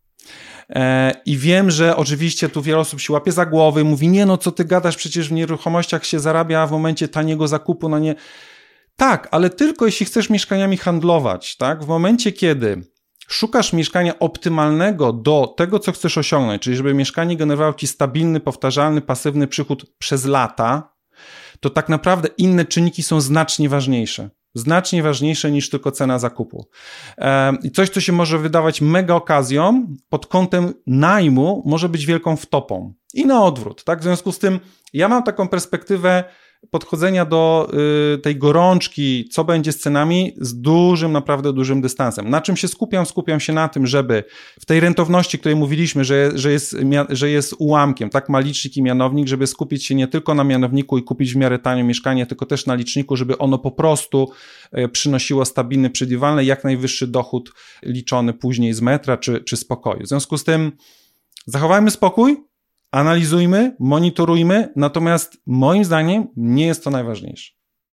I wiem, że oczywiście tu wiele osób się łapie za głowę i mówi, nie co ty gadasz, przecież w nieruchomościach się zarabia w momencie taniego zakupu, no nie. Tak, ale tylko jeśli chcesz mieszkaniami handlować, tak? W momencie, kiedy szukasz mieszkania optymalnego do tego, co chcesz osiągnąć, czyli żeby mieszkanie generowało ci stabilny, powtarzalny, pasywny przychód przez lata, to tak naprawdę inne czynniki są znacznie ważniejsze niż tylko cena zakupu. I coś, co się może wydawać mega okazją, pod kątem najmu może być wielką wtopą. I na odwrót, tak? W związku z tym ja mam taką perspektywę podchodzenia do tej gorączki, co będzie z cenami, z naprawdę dużym dystansem. Na czym się skupiam? Skupiam się na tym, żeby w tej rentowności, której mówiliśmy, że jest ułamkiem, tak ma licznik i mianownik, żeby skupić się nie tylko na mianowniku i kupić w miarę tanio mieszkanie, tylko też na liczniku, żeby ono po prostu przynosiło stabilny, przewidywalny, jak najwyższy dochód liczony później z metra czy z pokoju. W związku z tym zachowajmy spokój, analizujmy, monitorujmy, natomiast moim zdaniem nie jest to najważniejsze.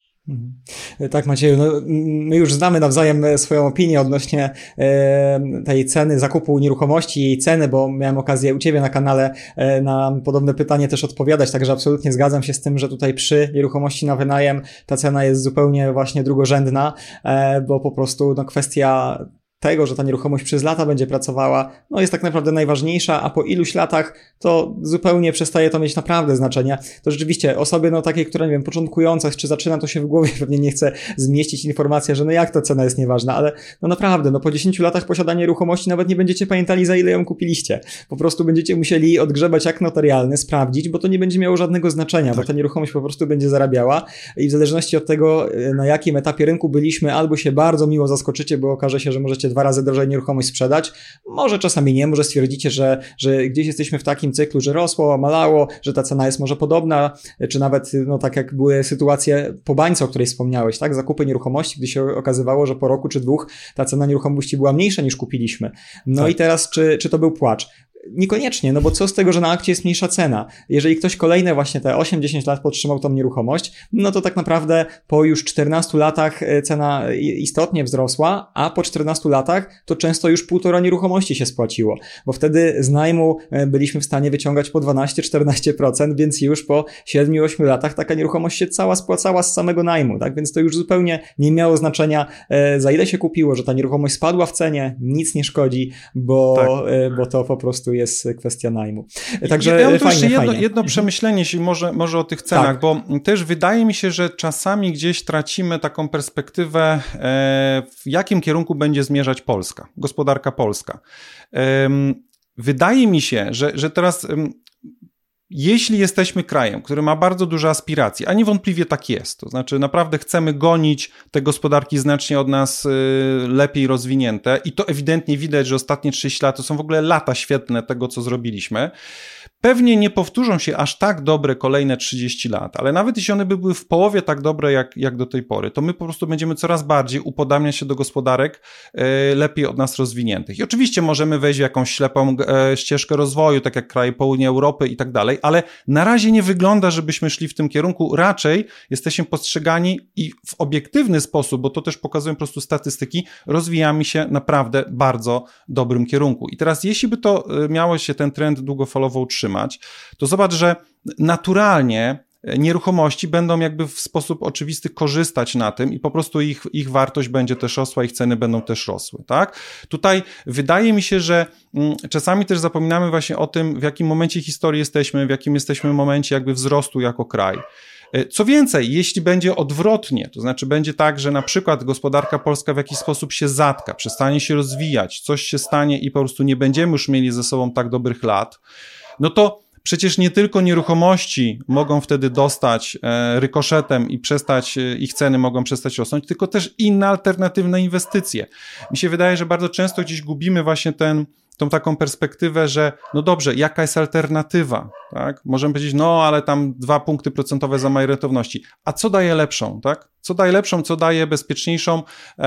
Tak, Macieju, my już znamy nawzajem swoją opinię odnośnie tej ceny zakupu nieruchomości i jej ceny, bo miałem okazję u ciebie na kanale na podobne pytanie też odpowiadać, także absolutnie zgadzam się z tym, że tutaj przy nieruchomości na wynajem ta cena jest zupełnie właśnie drugorzędna, bo po prostu kwestia tego, że ta nieruchomość przez lata będzie pracowała, jest tak naprawdę najważniejsza, a po iluś latach to zupełnie przestaje to mieć naprawdę znaczenie. To rzeczywiście osoby, takiej, która, nie wiem, początkująca, czy zaczyna, to się w głowie pewnie nie chce zmieścić informacja, że jak to cena jest nieważna, ale naprawdę, po 10 latach posiadania nieruchomości nawet nie będziecie pamiętali, za ile ją kupiliście. Po prostu będziecie musieli odgrzebać akt notarialny, sprawdzić, bo to nie będzie miało żadnego znaczenia, bo ta nieruchomość po prostu będzie zarabiała i w zależności od tego, na jakim etapie rynku byliśmy, albo się bardzo miło zaskoczycie, bo okaże się, że możecie 2 razy drożej nieruchomość sprzedać. Może czasami nie, może stwierdzicie, że gdzieś jesteśmy w takim cyklu, że rosło, malało, że ta cena jest może podobna, czy nawet tak jak były sytuacje po bańce, o której wspomniałeś, tak? Zakupy nieruchomości, gdy się okazywało, że po roku czy 2 ta cena nieruchomości była mniejsza niż kupiliśmy. Tak. I teraz czy to był płacz? Niekoniecznie, bo co z tego, że na akcie jest mniejsza cena? Jeżeli ktoś kolejne właśnie te 8-10 lat podtrzymał tą nieruchomość, to tak naprawdę po już 14 latach cena istotnie wzrosła, a po 14 latach to często już 1,5 nieruchomości się spłaciło, bo wtedy z najmu byliśmy w stanie wyciągać po 12-14%, więc już po 7-8 latach taka nieruchomość się cała spłacała z samego najmu, tak? Więc to już zupełnie nie miało znaczenia, za ile się kupiło, że ta nieruchomość spadła w cenie, nic nie szkodzi, bo to po prostu jest kwestia najmu. Także ja mam tu jeszcze jedno przemyślenie, jeśli może o tych cenach, tak. Bo też wydaje mi się, że czasami gdzieś tracimy taką perspektywę, w jakim kierunku będzie zmierzać Polska, gospodarka polska. Wydaje mi się, że teraz jeśli jesteśmy krajem, który ma bardzo duże aspiracje, a niewątpliwie tak jest, to znaczy naprawdę chcemy gonić te gospodarki znacznie od nas lepiej rozwinięte i to ewidentnie widać, że ostatnie 30 lat to są w ogóle lata świetne tego, co zrobiliśmy. Pewnie nie powtórzą się aż tak dobre kolejne 30 lat, ale nawet jeśli one by były w połowie tak dobre jak do tej pory, to my po prostu będziemy coraz bardziej upodabniać się do gospodarek lepiej od nas rozwiniętych. I oczywiście możemy wejść w jakąś ślepą ścieżkę rozwoju, tak jak kraje południa Europy i tak dalej, dalej, ale na razie nie wygląda, żebyśmy szli w tym kierunku, raczej jesteśmy postrzegani i w obiektywny sposób, bo to też pokazują po prostu statystyki, rozwijamy się naprawdę bardzo dobrym kierunku. I teraz jeśli by to miało się ten trend długofalowo utrzymać, to zobacz, że naturalnie nieruchomości będą jakby w sposób oczywisty korzystać na tym i po prostu ich wartość będzie też rosła, ich ceny będą też rosły, tak? Tutaj wydaje mi się, że czasami też zapominamy właśnie o tym, w jakim momencie historii jesteśmy, w jakim jesteśmy momencie jakby wzrostu jako kraj. Co więcej, jeśli będzie odwrotnie, to znaczy będzie tak, że na przykład gospodarka polska w jakiś sposób się zatka, przestanie się rozwijać, coś się stanie i po prostu nie będziemy już mieli ze sobą tak dobrych lat, no to przecież nie tylko nieruchomości mogą wtedy dostać rykoszetem i ich ceny mogą przestać rosnąć, tylko też inne alternatywne inwestycje. Mi się wydaje, że bardzo często gdzieś gubimy właśnie tą taką perspektywę, że no dobrze, jaka jest alternatywa, tak? Możemy powiedzieć, no ale tam 2 punkty procentowe za małej rentowności. A co daje lepszą, tak? Co daje lepszą, co daje bezpieczniejszą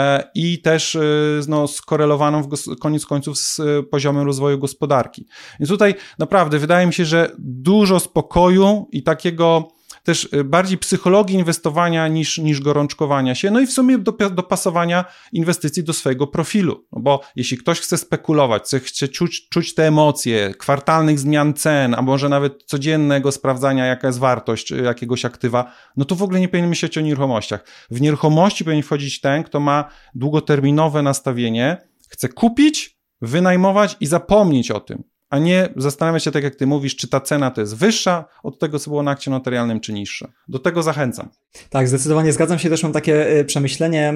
i też no, skorelowaną koniec końców z poziomem rozwoju gospodarki. Więc tutaj naprawdę wydaje mi się, że dużo spokoju i takiego też bardziej psychologii inwestowania niż gorączkowania się, no i w sumie dopasowania inwestycji do swojego profilu, no bo jeśli ktoś chce spekulować, chce czuć te emocje kwartalnych zmian cen, a może nawet codziennego sprawdzania, jaka jest wartość jakiegoś aktywa, no to w ogóle nie powinien myśleć o nieruchomościach. W nieruchomości powinien wchodzić ten, kto ma długoterminowe nastawienie, chce kupić, wynajmować i zapomnieć o tym, a nie zastanawiać się, tak jak ty mówisz, czy ta cena to jest wyższa od tego, co było na akcie notarialnym, czy niższa. Do tego zachęcam. Tak, zdecydowanie zgadzam się, też mam takie przemyślenie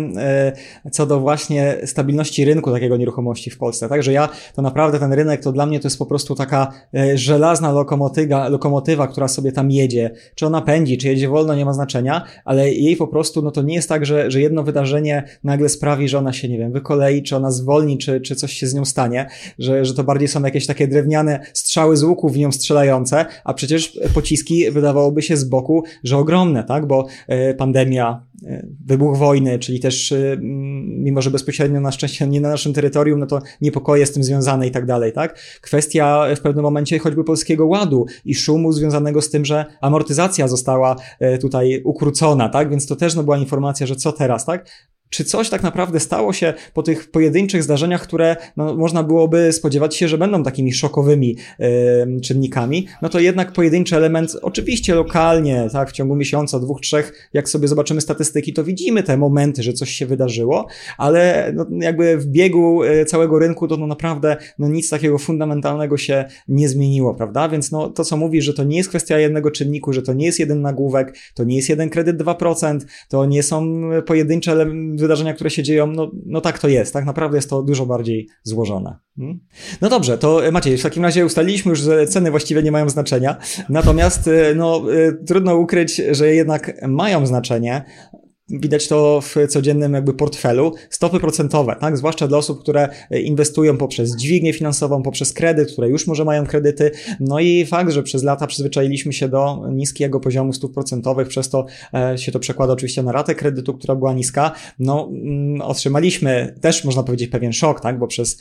co do właśnie stabilności rynku takiego nieruchomości w Polsce, tak, że to naprawdę ten rynek to dla mnie to jest po prostu taka żelazna lokomotywa, która sobie tam jedzie, czy ona pędzi, czy jedzie wolno, nie ma znaczenia, ale jej po prostu, no to nie jest tak, że jedno wydarzenie nagle sprawi, że ona się, nie wiem, wykolei, czy ona zwolni, czy coś się z nią stanie, że to bardziej są jakieś takie drewniane strzały z łuku w nią strzelające, a przecież pociski wydawałoby się z boku, że ogromne, tak, bo pandemia, wybuch wojny, czyli też mimo, że bezpośrednio na szczęście nie na naszym terytorium, no to niepokoje z tym związane i tak dalej, tak? Kwestia w pewnym momencie choćby Polskiego Ładu i szumu związanego z tym, że amortyzacja została tutaj ukrócona, tak? Więc to też była informacja, że co teraz, tak? Czy coś tak naprawdę stało się po tych pojedynczych zdarzeniach, które no, można byłoby spodziewać się, że będą takimi szokowymi czynnikami, no to jednak pojedynczy element, oczywiście lokalnie, tak, w ciągu miesiąca, 2, 3, jak sobie zobaczymy statystyki, to widzimy te momenty, że coś się wydarzyło, ale no, jakby w biegu całego rynku to no, naprawdę no, nic takiego fundamentalnego się nie zmieniło, prawda? Więc no, to, co mówisz, że to nie jest kwestia jednego czynniku, że to nie jest jeden nagłówek, to nie jest jeden kredyt 2%, to nie są pojedyncze wydarzenia, które się dzieją, no tak to jest, tak naprawdę jest to dużo bardziej złożone. No dobrze, to Maciej, w takim razie ustaliliśmy już, że ceny właściwie nie mają znaczenia, natomiast no trudno ukryć, że jednak mają znaczenie. Widać to w codziennym jakby portfelu. Stopy procentowe, tak? Zwłaszcza dla osób, które inwestują poprzez dźwignię finansową, poprzez kredyt, które już może mają kredyty. No i fakt, że przez lata przyzwyczailiśmy się do niskiego poziomu stóp procentowych, przez to się to przekłada oczywiście na ratę kredytu, która była niska. No, otrzymaliśmy też, można powiedzieć, pewien szok, tak? Bo przez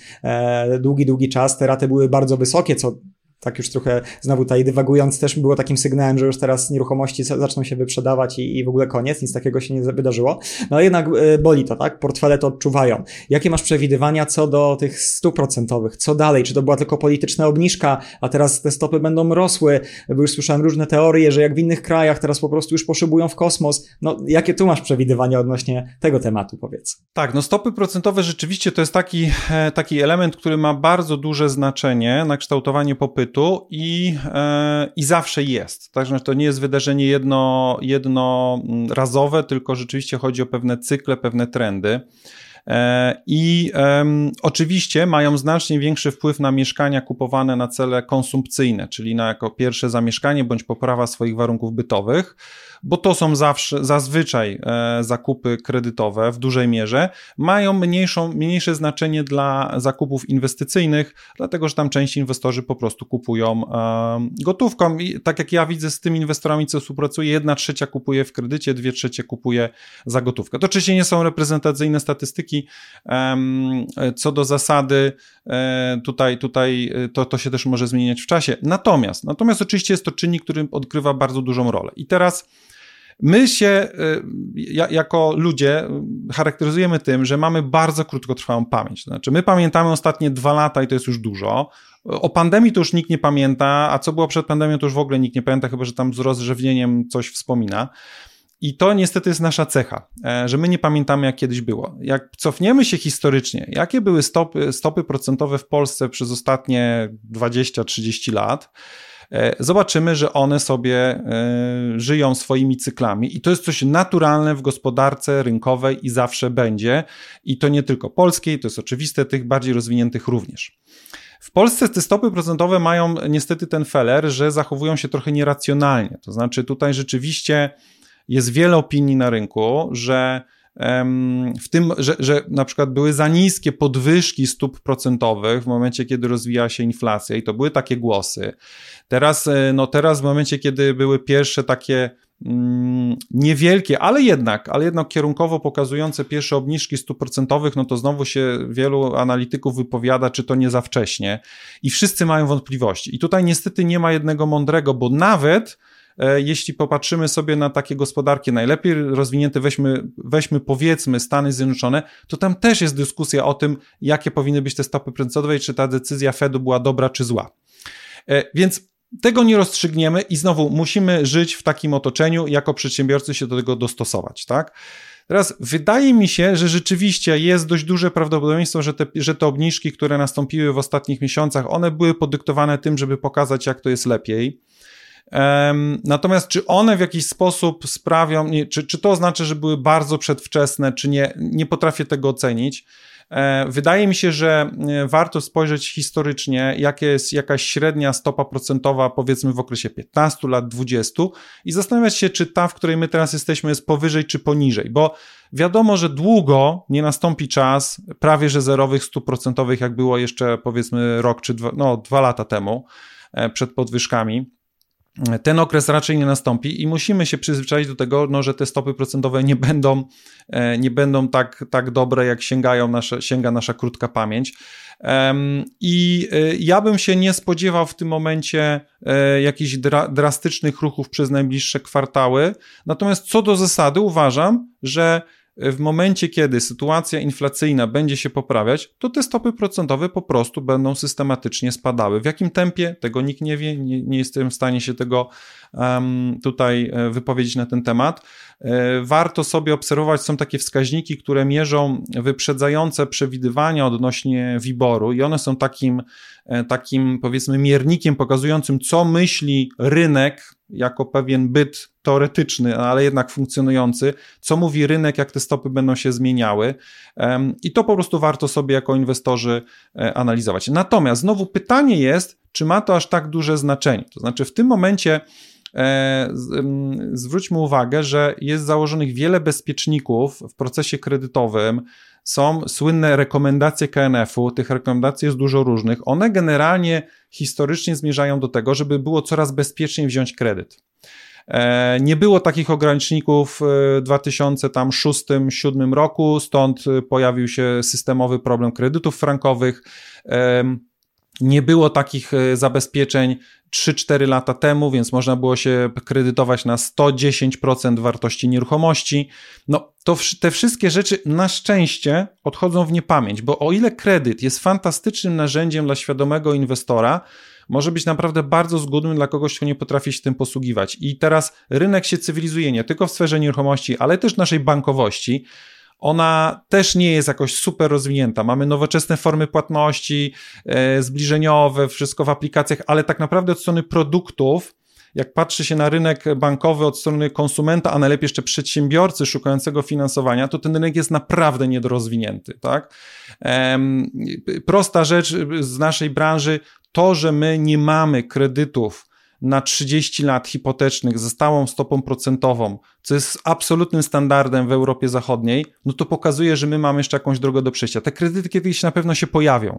długi czas te raty były bardzo wysokie, co tak już trochę znowu tutaj dywagując też było takim sygnałem, że już teraz nieruchomości zaczną się wyprzedawać i w ogóle koniec, nic takiego się nie wydarzyło. No ale jednak boli to, tak? Portfele to odczuwają. Jakie masz przewidywania co do tych stóp procentowych? Co dalej? Czy to była tylko polityczna obniżka, a teraz te stopy będą rosły? Bo już słyszałem różne teorie, że jak w innych krajach teraz po prostu już poszybują w kosmos. No jakie tu masz przewidywania odnośnie tego tematu, powiedz? Tak, no stopy procentowe rzeczywiście to jest taki element, który ma bardzo duże znaczenie na kształtowanie popytu i zawsze jest. Także to nie jest wydarzenie jednorazowe, tylko rzeczywiście chodzi o pewne cykle, pewne trendy. I oczywiście mają znacznie większy wpływ na mieszkania kupowane na cele konsumpcyjne, czyli na jako pierwsze zamieszkanie bądź poprawa swoich warunków bytowych, bo to są zazwyczaj zakupy kredytowe w dużej mierze, mają mniejsze znaczenie dla zakupów inwestycyjnych, dlatego że tam część inwestorzy po prostu kupują gotówką i tak jak ja widzę z tymi inwestorami, co współpracuję, 1/3 kupuje w kredycie, 2/3 kupuje za gotówkę. To oczywiście nie są reprezentacyjne statystyki, co do zasady tutaj to się też może zmieniać w czasie. Natomiast oczywiście jest to czynnik, który odgrywa bardzo dużą rolę. I teraz my się jako ludzie charakteryzujemy tym, że mamy bardzo krótkotrwałą pamięć. To znaczy my pamiętamy ostatnie 2 lata i to jest już dużo. O pandemii to już nikt nie pamięta, a co było przed pandemią to już w ogóle nikt nie pamięta, chyba że tam z rozrzewnieniem coś wspomina. I to niestety jest nasza cecha, że my nie pamiętamy, jak kiedyś było. Jak cofniemy się historycznie, jakie były stopy procentowe w Polsce przez ostatnie 20-30 lat, zobaczymy, że one sobie żyją swoimi cyklami i to jest coś naturalne w gospodarce rynkowej i zawsze będzie. I to nie tylko polskiej, to jest oczywiste, tych bardziej rozwiniętych również. W Polsce te stopy procentowe mają niestety ten feler, że zachowują się trochę nieracjonalnie. To znaczy tutaj rzeczywiście jest wiele opinii na rynku, że że na przykład były za niskie podwyżki stóp procentowych w momencie, kiedy rozwijała się inflacja i to były takie głosy. Teraz w momencie, kiedy były pierwsze takie niewielkie, ale jednak kierunkowo pokazujące pierwsze obniżki stóp procentowych, no to znowu się wielu analityków wypowiada, czy to nie za wcześnie i wszyscy mają wątpliwości. I tutaj niestety nie ma jednego mądrego, bo nawet jeśli popatrzymy sobie na takie gospodarki najlepiej rozwinięte, weźmy powiedzmy Stany Zjednoczone, to tam też jest dyskusja o tym, jakie powinny być te stopy procentowe i czy ta decyzja Fedu była dobra czy zła. Więc tego nie rozstrzygniemy i znowu musimy żyć w takim otoczeniu, jako przedsiębiorcy się do tego dostosować, tak? Teraz wydaje mi się, że rzeczywiście jest dość duże prawdopodobieństwo, że te obniżki, które nastąpiły w ostatnich miesiącach, one były podyktowane tym, żeby pokazać, jak to jest lepiej. Natomiast czy one w jakiś sposób sprawią, czy to oznacza, że były bardzo przedwczesne, czy nie potrafię tego ocenić. Wydaje mi się, że warto spojrzeć historycznie, jaka jest jakaś średnia stopa procentowa, powiedzmy w okresie 15 lat, 20 i zastanawiać się, czy ta, w której my teraz jesteśmy, jest powyżej czy poniżej, bo wiadomo, że długo nie nastąpi czas prawie że zerowych stóp procentowych, jak było jeszcze powiedzmy rok czy 2 lata temu przed podwyżkami. Ten okres raczej nie nastąpi i musimy się przyzwyczaić do tego, że te stopy procentowe nie będą tak dobre, jak sięga nasza krótka pamięć. I ja bym się nie spodziewał w tym momencie jakichś drastycznych ruchów przez najbliższe kwartały. Natomiast co do zasady uważam, że w momencie, kiedy sytuacja inflacyjna będzie się poprawiać, to te stopy procentowe po prostu będą systematycznie spadały. W jakim tempie? Tego nikt nie wie, nie jestem w stanie się tego tutaj wypowiedzieć na ten temat. Warto sobie obserwować, są takie wskaźniki, które mierzą wyprzedzające przewidywania odnośnie WIBOR-u i one są takim powiedzmy miernikiem pokazującym, co myśli rynek jako pewien byt teoretyczny, ale jednak funkcjonujący, co mówi rynek, jak te stopy będą się zmieniały i to po prostu warto sobie jako inwestorzy analizować. Natomiast znowu pytanie jest, czy ma to aż tak duże znaczenie? To znaczy w tym momencie zwróćmy uwagę, że jest założonych wiele bezpieczników w procesie kredytowym, są słynne rekomendacje KNF-u, tych rekomendacji jest dużo różnych, one generalnie historycznie zmierzają do tego, żeby było coraz bezpieczniej wziąć kredyt. Nie było takich ograniczników w 2006-2007 roku, stąd pojawił się systemowy problem kredytów frankowych. Nie było takich zabezpieczeń 3-4 lata temu, więc można było się kredytować na 110% wartości nieruchomości. No, te wszystkie rzeczy na szczęście odchodzą w niepamięć, bo o ile kredyt jest fantastycznym narzędziem dla świadomego inwestora, może być naprawdę bardzo zgubnym dla kogoś, kto nie potrafi się tym posługiwać. I teraz rynek się cywilizuje nie tylko w sferze nieruchomości, ale też naszej bankowości. Ona też nie jest jakoś super rozwinięta. Mamy nowoczesne formy płatności, zbliżeniowe, wszystko w aplikacjach, ale tak naprawdę od strony produktów, jak patrzy się na rynek bankowy od strony konsumenta, a najlepiej jeszcze przedsiębiorcy szukającego finansowania, to ten rynek jest naprawdę niedorozwinięty, tak? Prosta rzecz z naszej branży, to, że my nie mamy kredytów na 30 lat hipotecznych ze stałą stopą procentową, co jest absolutnym standardem w Europie Zachodniej, no to pokazuje, że my mamy jeszcze jakąś drogę do przejścia. Te kredyty kiedyś na pewno się pojawią.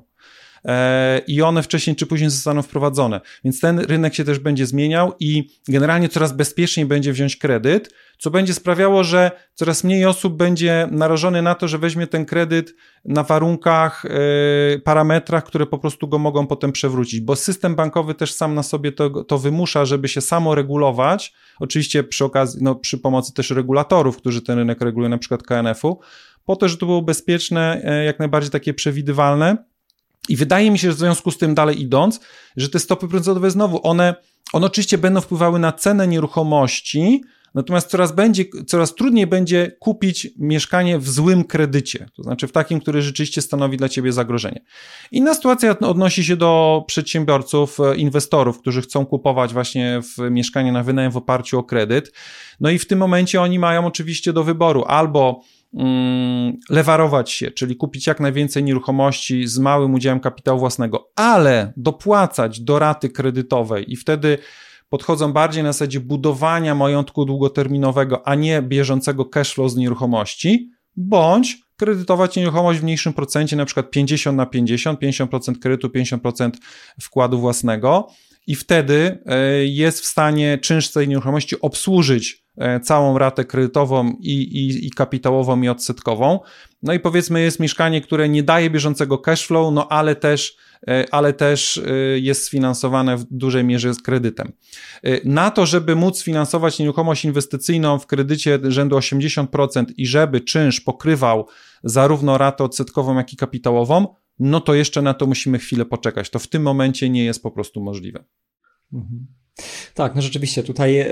I one wcześniej czy później zostaną wprowadzone. Więc ten rynek się też będzie zmieniał i generalnie coraz bezpieczniej będzie wziąć kredyt, co będzie sprawiało, że coraz mniej osób będzie narażone na to, że weźmie ten kredyt na warunkach, parametrach, które po prostu go mogą potem przewrócić, bo system bankowy też sam na sobie to wymusza, żeby się samoregulować, oczywiście przy okazji, przy pomocy też regulatorów, którzy ten rynek regulują, na przykład KNF-u, po to, żeby to było bezpieczne, jak najbardziej takie przewidywalne. I wydaje mi się, że w związku z tym dalej idąc, że te stopy procentowe znowu, one oczywiście będą wpływały na cenę nieruchomości, natomiast coraz trudniej będzie kupić mieszkanie w złym kredycie, to znaczy w takim, który rzeczywiście stanowi dla ciebie zagrożenie. Inna sytuacja odnosi się do przedsiębiorców, inwestorów, którzy chcą kupować właśnie mieszkanie na wynajem w oparciu o kredyt. No i w tym momencie oni mają oczywiście do wyboru albo lewarować się, czyli kupić jak najwięcej nieruchomości z małym udziałem kapitału własnego, ale dopłacać do raty kredytowej i wtedy podchodzą bardziej na zasadzie budowania majątku długoterminowego, a nie bieżącego cashflow z nieruchomości, bądź kredytować nieruchomość w mniejszym procencie, na przykład 50/50, 50% kredytu, 50% wkładu własnego i wtedy jest w stanie czynsz tej nieruchomości obsłużyć całą ratę kredytową i kapitałową i odsetkową. No i powiedzmy jest mieszkanie, które nie daje bieżącego cashflow, ale też jest sfinansowane w dużej mierze z kredytem. Na to, żeby móc sfinansować nieruchomość inwestycyjną w kredycie rzędu 80% i żeby czynsz pokrywał zarówno ratę odsetkową, jak i kapitałową, no to jeszcze na to musimy chwilę poczekać. To w tym momencie nie jest po prostu możliwe. Mhm. Tak, no rzeczywiście tutaj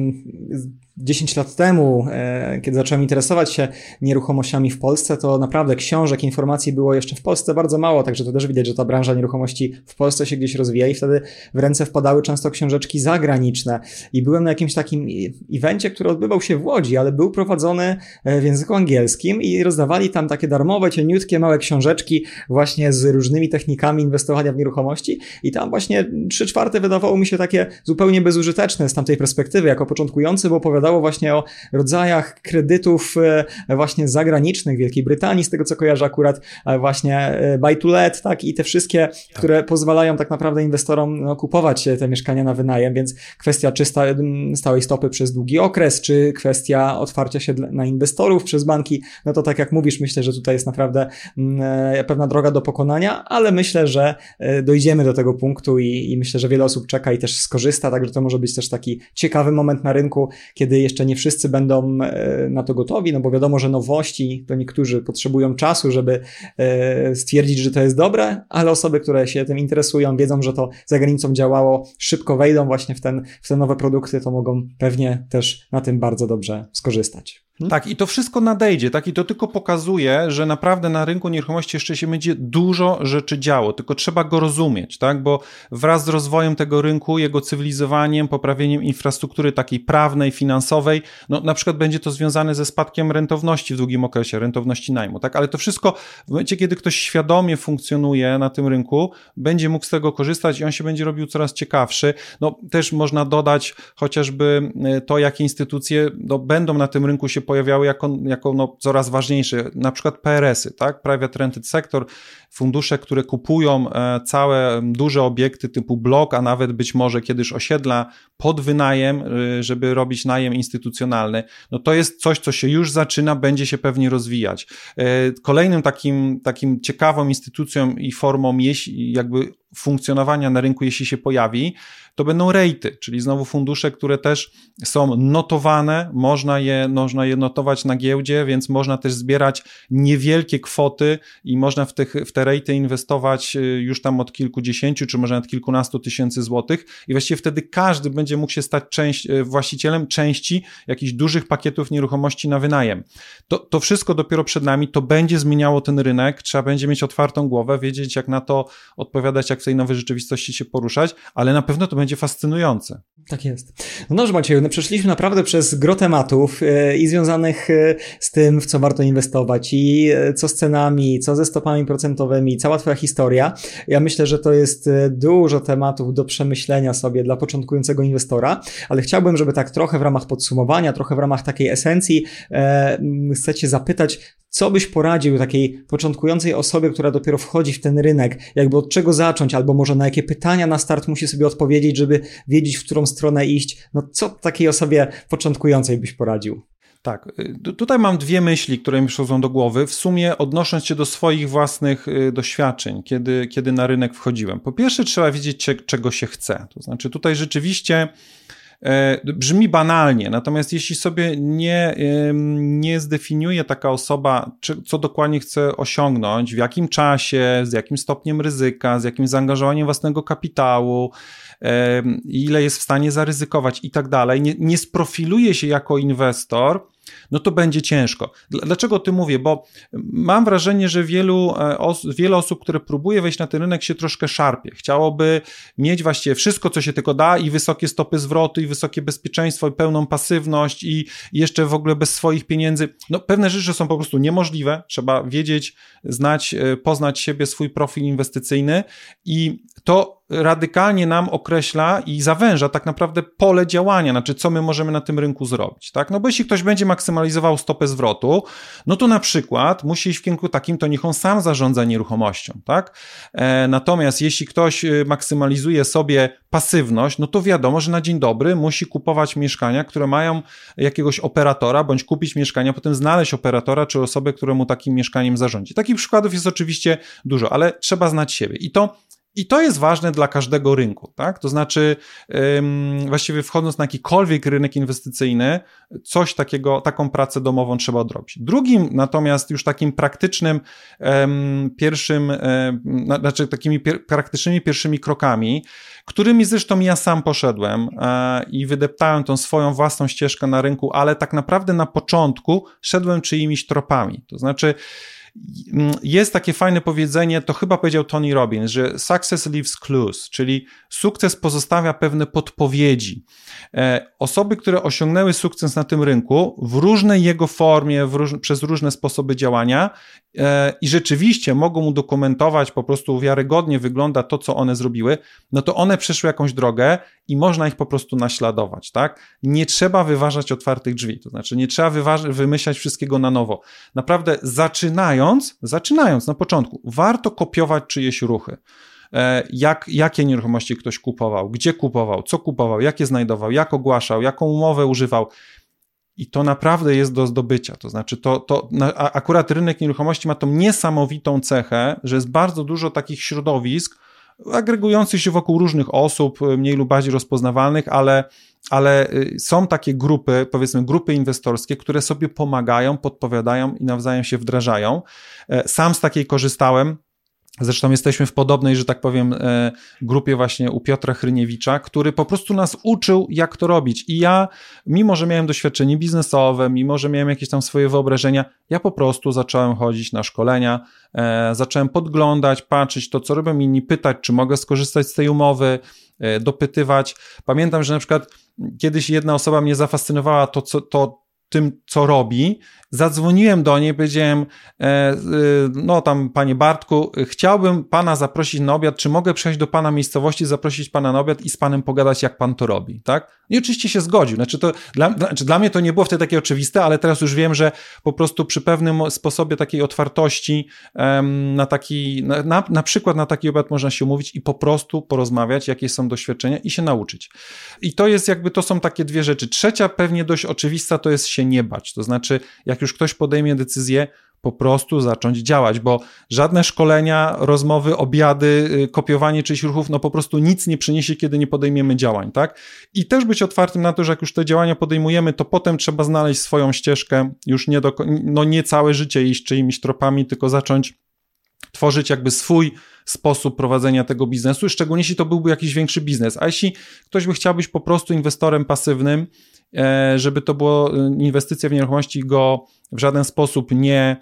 10 lat temu, kiedy zacząłem interesować się nieruchomościami w Polsce, to naprawdę książek, informacji było jeszcze w Polsce bardzo mało, także to też widać, że ta branża nieruchomości w Polsce się gdzieś rozwija i wtedy w ręce wpadały często książeczki zagraniczne i byłem na jakimś takim evencie, który odbywał się w Łodzi, ale był prowadzony w języku angielskim i rozdawali tam takie darmowe, cieniutkie, małe książeczki właśnie z różnymi technikami inwestowania w nieruchomości i tam właśnie 3/4 wydawało mi się takie zupełnie bezużyteczne z tamtej perspektywy, jako początkujący, bo opowiadało właśnie o rodzajach kredytów właśnie zagranicznych, Wielkiej Brytanii, z tego co kojarzę akurat właśnie buy to let, tak, i te wszystkie, które pozwalają tak naprawdę inwestorom kupować te mieszkania na wynajem, więc kwestia czy stałej stopy przez długi okres, czy kwestia otwarcia się na inwestorów przez banki, no to tak jak mówisz, myślę, że tutaj jest naprawdę pewna droga do pokonania, ale myślę, że dojdziemy do tego punktu i myślę, że wiele osób czeka i też skorzysta, także to może być też taki ciekawy moment na rynku, kiedy jeszcze nie wszyscy będą na to gotowi, no bo wiadomo, że nowości, to niektórzy potrzebują czasu, żeby stwierdzić, że to jest dobre, ale osoby, które się tym interesują, wiedzą, że to za granicą działało, szybko wejdą właśnie w te nowe produkty, to mogą pewnie też na tym bardzo dobrze skorzystać. Tak, i to wszystko nadejdzie, tak, i to tylko pokazuje, że naprawdę na rynku nieruchomości jeszcze się będzie dużo rzeczy działo, tylko trzeba go rozumieć, tak, bo wraz z rozwojem tego rynku, jego cywilizowaniem, poprawieniem infrastruktury takiej prawnej, finansowej, no na przykład będzie to związane ze spadkiem rentowności w długim okresie, rentowności najmu, tak, ale to wszystko w momencie, kiedy ktoś świadomie funkcjonuje na tym rynku, będzie mógł z tego korzystać i on się będzie robił coraz ciekawszy. No też można dodać chociażby to, jakie instytucje będą na tym rynku się pojawiały jako coraz ważniejsze, na przykład PRS-y, tak? Private Rented Sector, fundusze, które kupują całe duże obiekty typu blok, a nawet być może kiedyś osiedla pod wynajem, żeby robić najem instytucjonalny. No to jest coś, co się już zaczyna, będzie się pewnie rozwijać. Kolejnym takim ciekawą instytucją i formą jakby funkcjonowania na rynku, jeśli się pojawi, to będą rejty, czyli znowu fundusze, które też są notowane, można je notować na giełdzie, więc można też zbierać niewielkie kwoty i można w te rejty inwestować już tam od kilkudziesięciu, czy może nawet kilkunastu tysięcy złotych i właściwie wtedy każdy będzie mógł się stać właścicielem części jakichś dużych pakietów nieruchomości na wynajem. To wszystko dopiero przed nami, to będzie zmieniało ten rynek, trzeba będzie mieć otwartą głowę, wiedzieć jak na to odpowiadać, jak w tej nowej rzeczywistości się poruszać, ale na pewno to będzie fascynujące. Tak jest. No dobrze, Macieju, przeszliśmy naprawdę przez gro tematów i związanych z tym, w co warto inwestować i co z cenami, co ze stopami procentowymi, cała twoja historia. Ja myślę, że to jest dużo tematów do przemyślenia sobie dla początkującego inwestora, ale chciałbym, żeby tak trochę w ramach podsumowania, trochę w ramach takiej esencji chcę cię zapytać, co byś poradził takiej początkującej osobie, która dopiero wchodzi w ten rynek, jakby od czego zacząć, albo może na jakie pytania na start musi sobie odpowiedzieć, żeby wiedzieć, w którą stronę iść. No co takiej osobie początkującej byś poradził? Tak, tutaj mam dwie myśli, które mi przychodzą do głowy, w sumie odnosząc się do swoich własnych doświadczeń, kiedy na rynek wchodziłem. Po pierwsze trzeba wiedzieć, czego się chce. To znaczy tutaj rzeczywiście brzmi banalnie, natomiast jeśli sobie nie zdefiniuje taka osoba, co dokładnie chce osiągnąć, w jakim czasie, z jakim stopniem ryzyka, z jakim zaangażowaniem własnego kapitału, ile jest w stanie zaryzykować i tak dalej, nie sprofiluje się jako inwestor, no to będzie ciężko. Dlaczego o tym mówię? Bo mam wrażenie, że wiele osób, które próbuje wejść na ten rynek, się troszkę szarpie. Chciałoby mieć właściwie wszystko, co się tylko da i wysokie stopy zwrotu, i wysokie bezpieczeństwo, i pełną pasywność i jeszcze w ogóle bez swoich pieniędzy. No pewne rzeczy są po prostu niemożliwe. Trzeba wiedzieć, znać, poznać siebie, swój profil inwestycyjny i to radykalnie nam określa i zawęża tak naprawdę pole działania, znaczy co my możemy na tym rynku zrobić, tak? No bo jeśli ktoś będzie maksymalizował stopę zwrotu, no to na przykład musi iść w kierunku takim, to niech on sam zarządza nieruchomością, tak? Natomiast jeśli ktoś maksymalizuje sobie pasywność, no to wiadomo, że na dzień dobry musi kupować mieszkania, które mają jakiegoś operatora, bądź kupić mieszkania, potem znaleźć operatora czy osobę, która mu takim mieszkaniem zarządzi. Takich przykładów jest oczywiście dużo, ale trzeba znać siebie I to jest ważne dla każdego rynku, tak? To znaczy właściwie wchodząc na jakikolwiek rynek inwestycyjny, coś takiego, taką pracę domową trzeba odrobić. Drugim natomiast już takim praktycznym takimi praktycznymi pierwszymi krokami, którymi zresztą ja sam poszedłem i wydeptałem tą swoją własną ścieżkę na rynku, ale tak naprawdę na początku szedłem czyimiś tropami. To znaczy jest takie fajne powiedzenie, to chyba powiedział Tony Robbins, że success leaves clues, czyli sukces pozostawia pewne podpowiedzi. Osoby, które osiągnęły sukces na tym rynku w różnej jego formie, przez różne sposoby działania i rzeczywiście mogą udokumentować, po prostu wiarygodnie wygląda to, co one zrobiły, no to one przeszły jakąś drogę i można ich po prostu naśladować, tak? Nie trzeba wyważać otwartych drzwi, to znaczy nie trzeba wymyślać wszystkiego na nowo. Naprawdę zaczynając na początku, warto kopiować czyjeś ruchy. Jakie nieruchomości ktoś kupował, gdzie kupował, co kupował, jakie znajdował, jak ogłaszał, jaką umowę używał. I to naprawdę jest do zdobycia. To znaczy, akurat rynek nieruchomości ma tą niesamowitą cechę, że jest bardzo dużo takich środowisk agregujących się wokół różnych osób, mniej lub bardziej rozpoznawalnych, ale są takie grupy, powiedzmy grupy inwestorskie, które sobie pomagają, podpowiadają i nawzajem się wdrażają. Sam z takiej korzystałem. Zresztą jesteśmy w podobnej, że tak powiem, grupie właśnie u Piotra Hryniewicza, który po prostu nas uczył, jak to robić. I ja, mimo że miałem doświadczenie biznesowe, mimo że miałem jakieś tam swoje wyobrażenia, ja po prostu zacząłem chodzić na szkolenia, zacząłem podglądać, patrzeć to, co robią inni, pytać, czy mogę skorzystać z tej umowy, dopytywać. Pamiętam, że na przykład kiedyś jedna osoba mnie zafascynowała tym, co robi. Zadzwoniłem do niej, powiedziałem, no tam panie Bartku, chciałbym pana zaprosić na obiad, czy mogę przyjechać do pana miejscowości, zaprosić pana na obiad i z panem pogadać, jak pan to robi, tak? I oczywiście się zgodził. Dla mnie to nie było wtedy takie oczywiste, ale teraz już wiem, że po prostu przy pewnym sposobie takiej otwartości na przykład na taki obiad można się umówić i po prostu porozmawiać, jakie są doświadczenia i się nauczyć. I to są takie dwie rzeczy. Trzecia, pewnie dość oczywista, to jest się nie bać. To znaczy, jak już ktoś podejmie decyzję, po prostu zacząć działać, bo żadne szkolenia, rozmowy, obiady, kopiowanie czyichś ruchów, no po prostu nic nie przyniesie, kiedy nie podejmiemy działań, tak? I też być otwartym na to, że jak już te działania podejmujemy, to potem trzeba znaleźć swoją ścieżkę, już nie całe życie iść czyimiś tropami, tylko zacząć tworzyć jakby swój sposób prowadzenia tego biznesu, szczególnie jeśli to byłby jakiś większy biznes. A jeśli ktoś by chciał być po prostu inwestorem pasywnym, żeby to było inwestycja w nieruchomości go w żaden sposób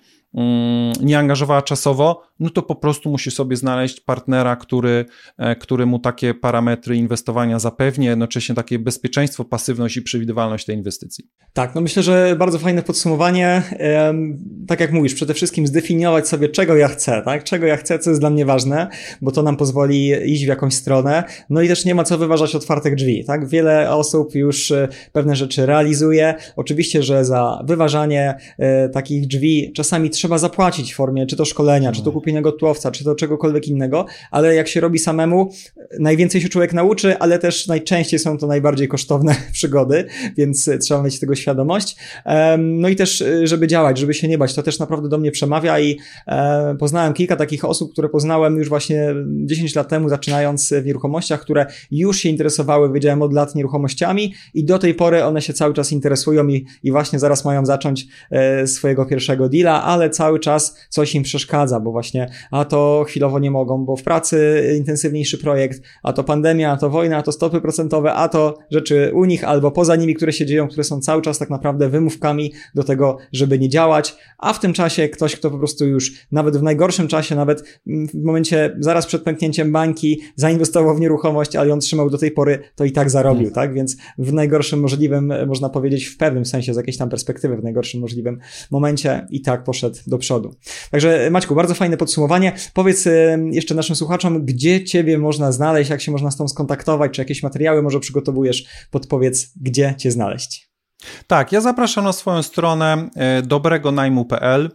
nie angażowała czasowo, no to po prostu musi sobie znaleźć partnera, który mu takie parametry inwestowania zapewni, jednocześnie takie bezpieczeństwo, pasywność i przewidywalność tej inwestycji. Tak, no myślę, że bardzo fajne podsumowanie. Tak jak mówisz, przede wszystkim zdefiniować sobie, czego ja chcę, tak? Czego ja chcę, co jest dla mnie ważne, bo to nam pozwoli iść w jakąś stronę. No i też nie ma co wyważać otwartych drzwi, tak? Wiele osób już pewne rzeczy realizuje. Oczywiście, że za wyważanie takich drzwi czasami trzeba zapłacić w formie czy to szkolenia, czy to kupienia gotowca, czy to czegokolwiek innego, ale jak się robi samemu, najwięcej się człowiek nauczy, ale też najczęściej są to najbardziej kosztowne przygody, więc trzeba mieć tego świadomość. No i też, żeby działać, żeby się nie bać, to też naprawdę do mnie przemawia i poznałem kilka takich osób, które poznałem już właśnie 10 lat temu, zaczynając w nieruchomościach, które już się interesowały, wiedziałem od lat nieruchomościami i do tej pory one się cały czas interesują i właśnie zaraz mają zacząć swojego pierwszego deala, ale cały czas coś im przeszkadza, bo właśnie a to chwilowo nie mogą, bo w pracy intensywniejszy projekt, a to pandemia, a to wojna, a to stopy procentowe, a to rzeczy u nich albo poza nimi, które się dzieją, które są cały czas tak naprawdę wymówkami do tego, żeby nie działać, a w tym czasie ktoś, kto po prostu już nawet w najgorszym czasie, nawet w momencie zaraz przed pęknięciem bańki zainwestował w nieruchomość, ale ją trzymał do tej pory, to i tak zarobił, tak? Więc w najgorszym możliwym, można powiedzieć w pewnym sensie, z jakiejś tam perspektywy, w najgorszym możliwym momencie i tak poszedł do przodu. Także Maćku, bardzo fajne podsumowanie. Powiedz jeszcze naszym słuchaczom, gdzie Ciebie można znaleźć, jak się można z tą skontaktować, czy jakieś materiały może przygotowujesz, podpowiedz, gdzie Cię znaleźć. Tak, ja zapraszam na swoją stronę dobregonajmu.pl.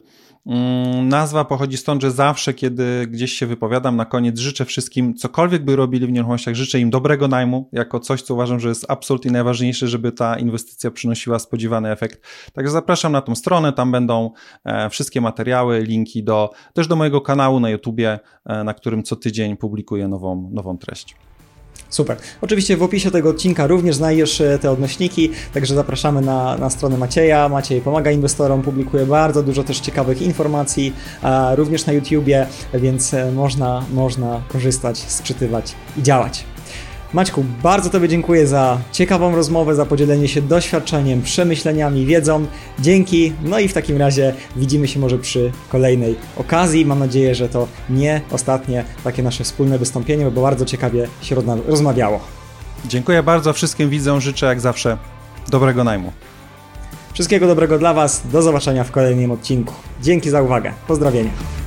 Nazwa pochodzi stąd, że zawsze, kiedy gdzieś się wypowiadam, na koniec życzę wszystkim, cokolwiek by robili w nieruchomościach, życzę im dobrego najmu, jako coś, co uważam, że jest absolutnie najważniejsze, żeby ta inwestycja przynosiła spodziewany efekt. Także zapraszam na tą stronę, tam będą wszystkie materiały, linki też do mojego kanału na YouTubie, na którym co tydzień publikuję nową treść. Super. Oczywiście w opisie tego odcinka również znajdziesz te odnośniki, także zapraszamy na stronę Macieja. Maciej pomaga inwestorom, publikuje bardzo dużo też ciekawych informacji, również na YouTubie, więc można korzystać, sczytywać i działać. Maćku, bardzo Tobie dziękuję za ciekawą rozmowę, za podzielenie się doświadczeniem, przemyśleniami, wiedzą. Dzięki. No i w takim razie widzimy się może przy kolejnej okazji. Mam nadzieję, że to nie ostatnie takie nasze wspólne wystąpienie, bo bardzo ciekawie się rozmawiało. Dziękuję bardzo wszystkim widzom. Życzę jak zawsze dobrego najmu. Wszystkiego dobrego dla Was. Do zobaczenia w kolejnym odcinku. Dzięki za uwagę. Pozdrowienia.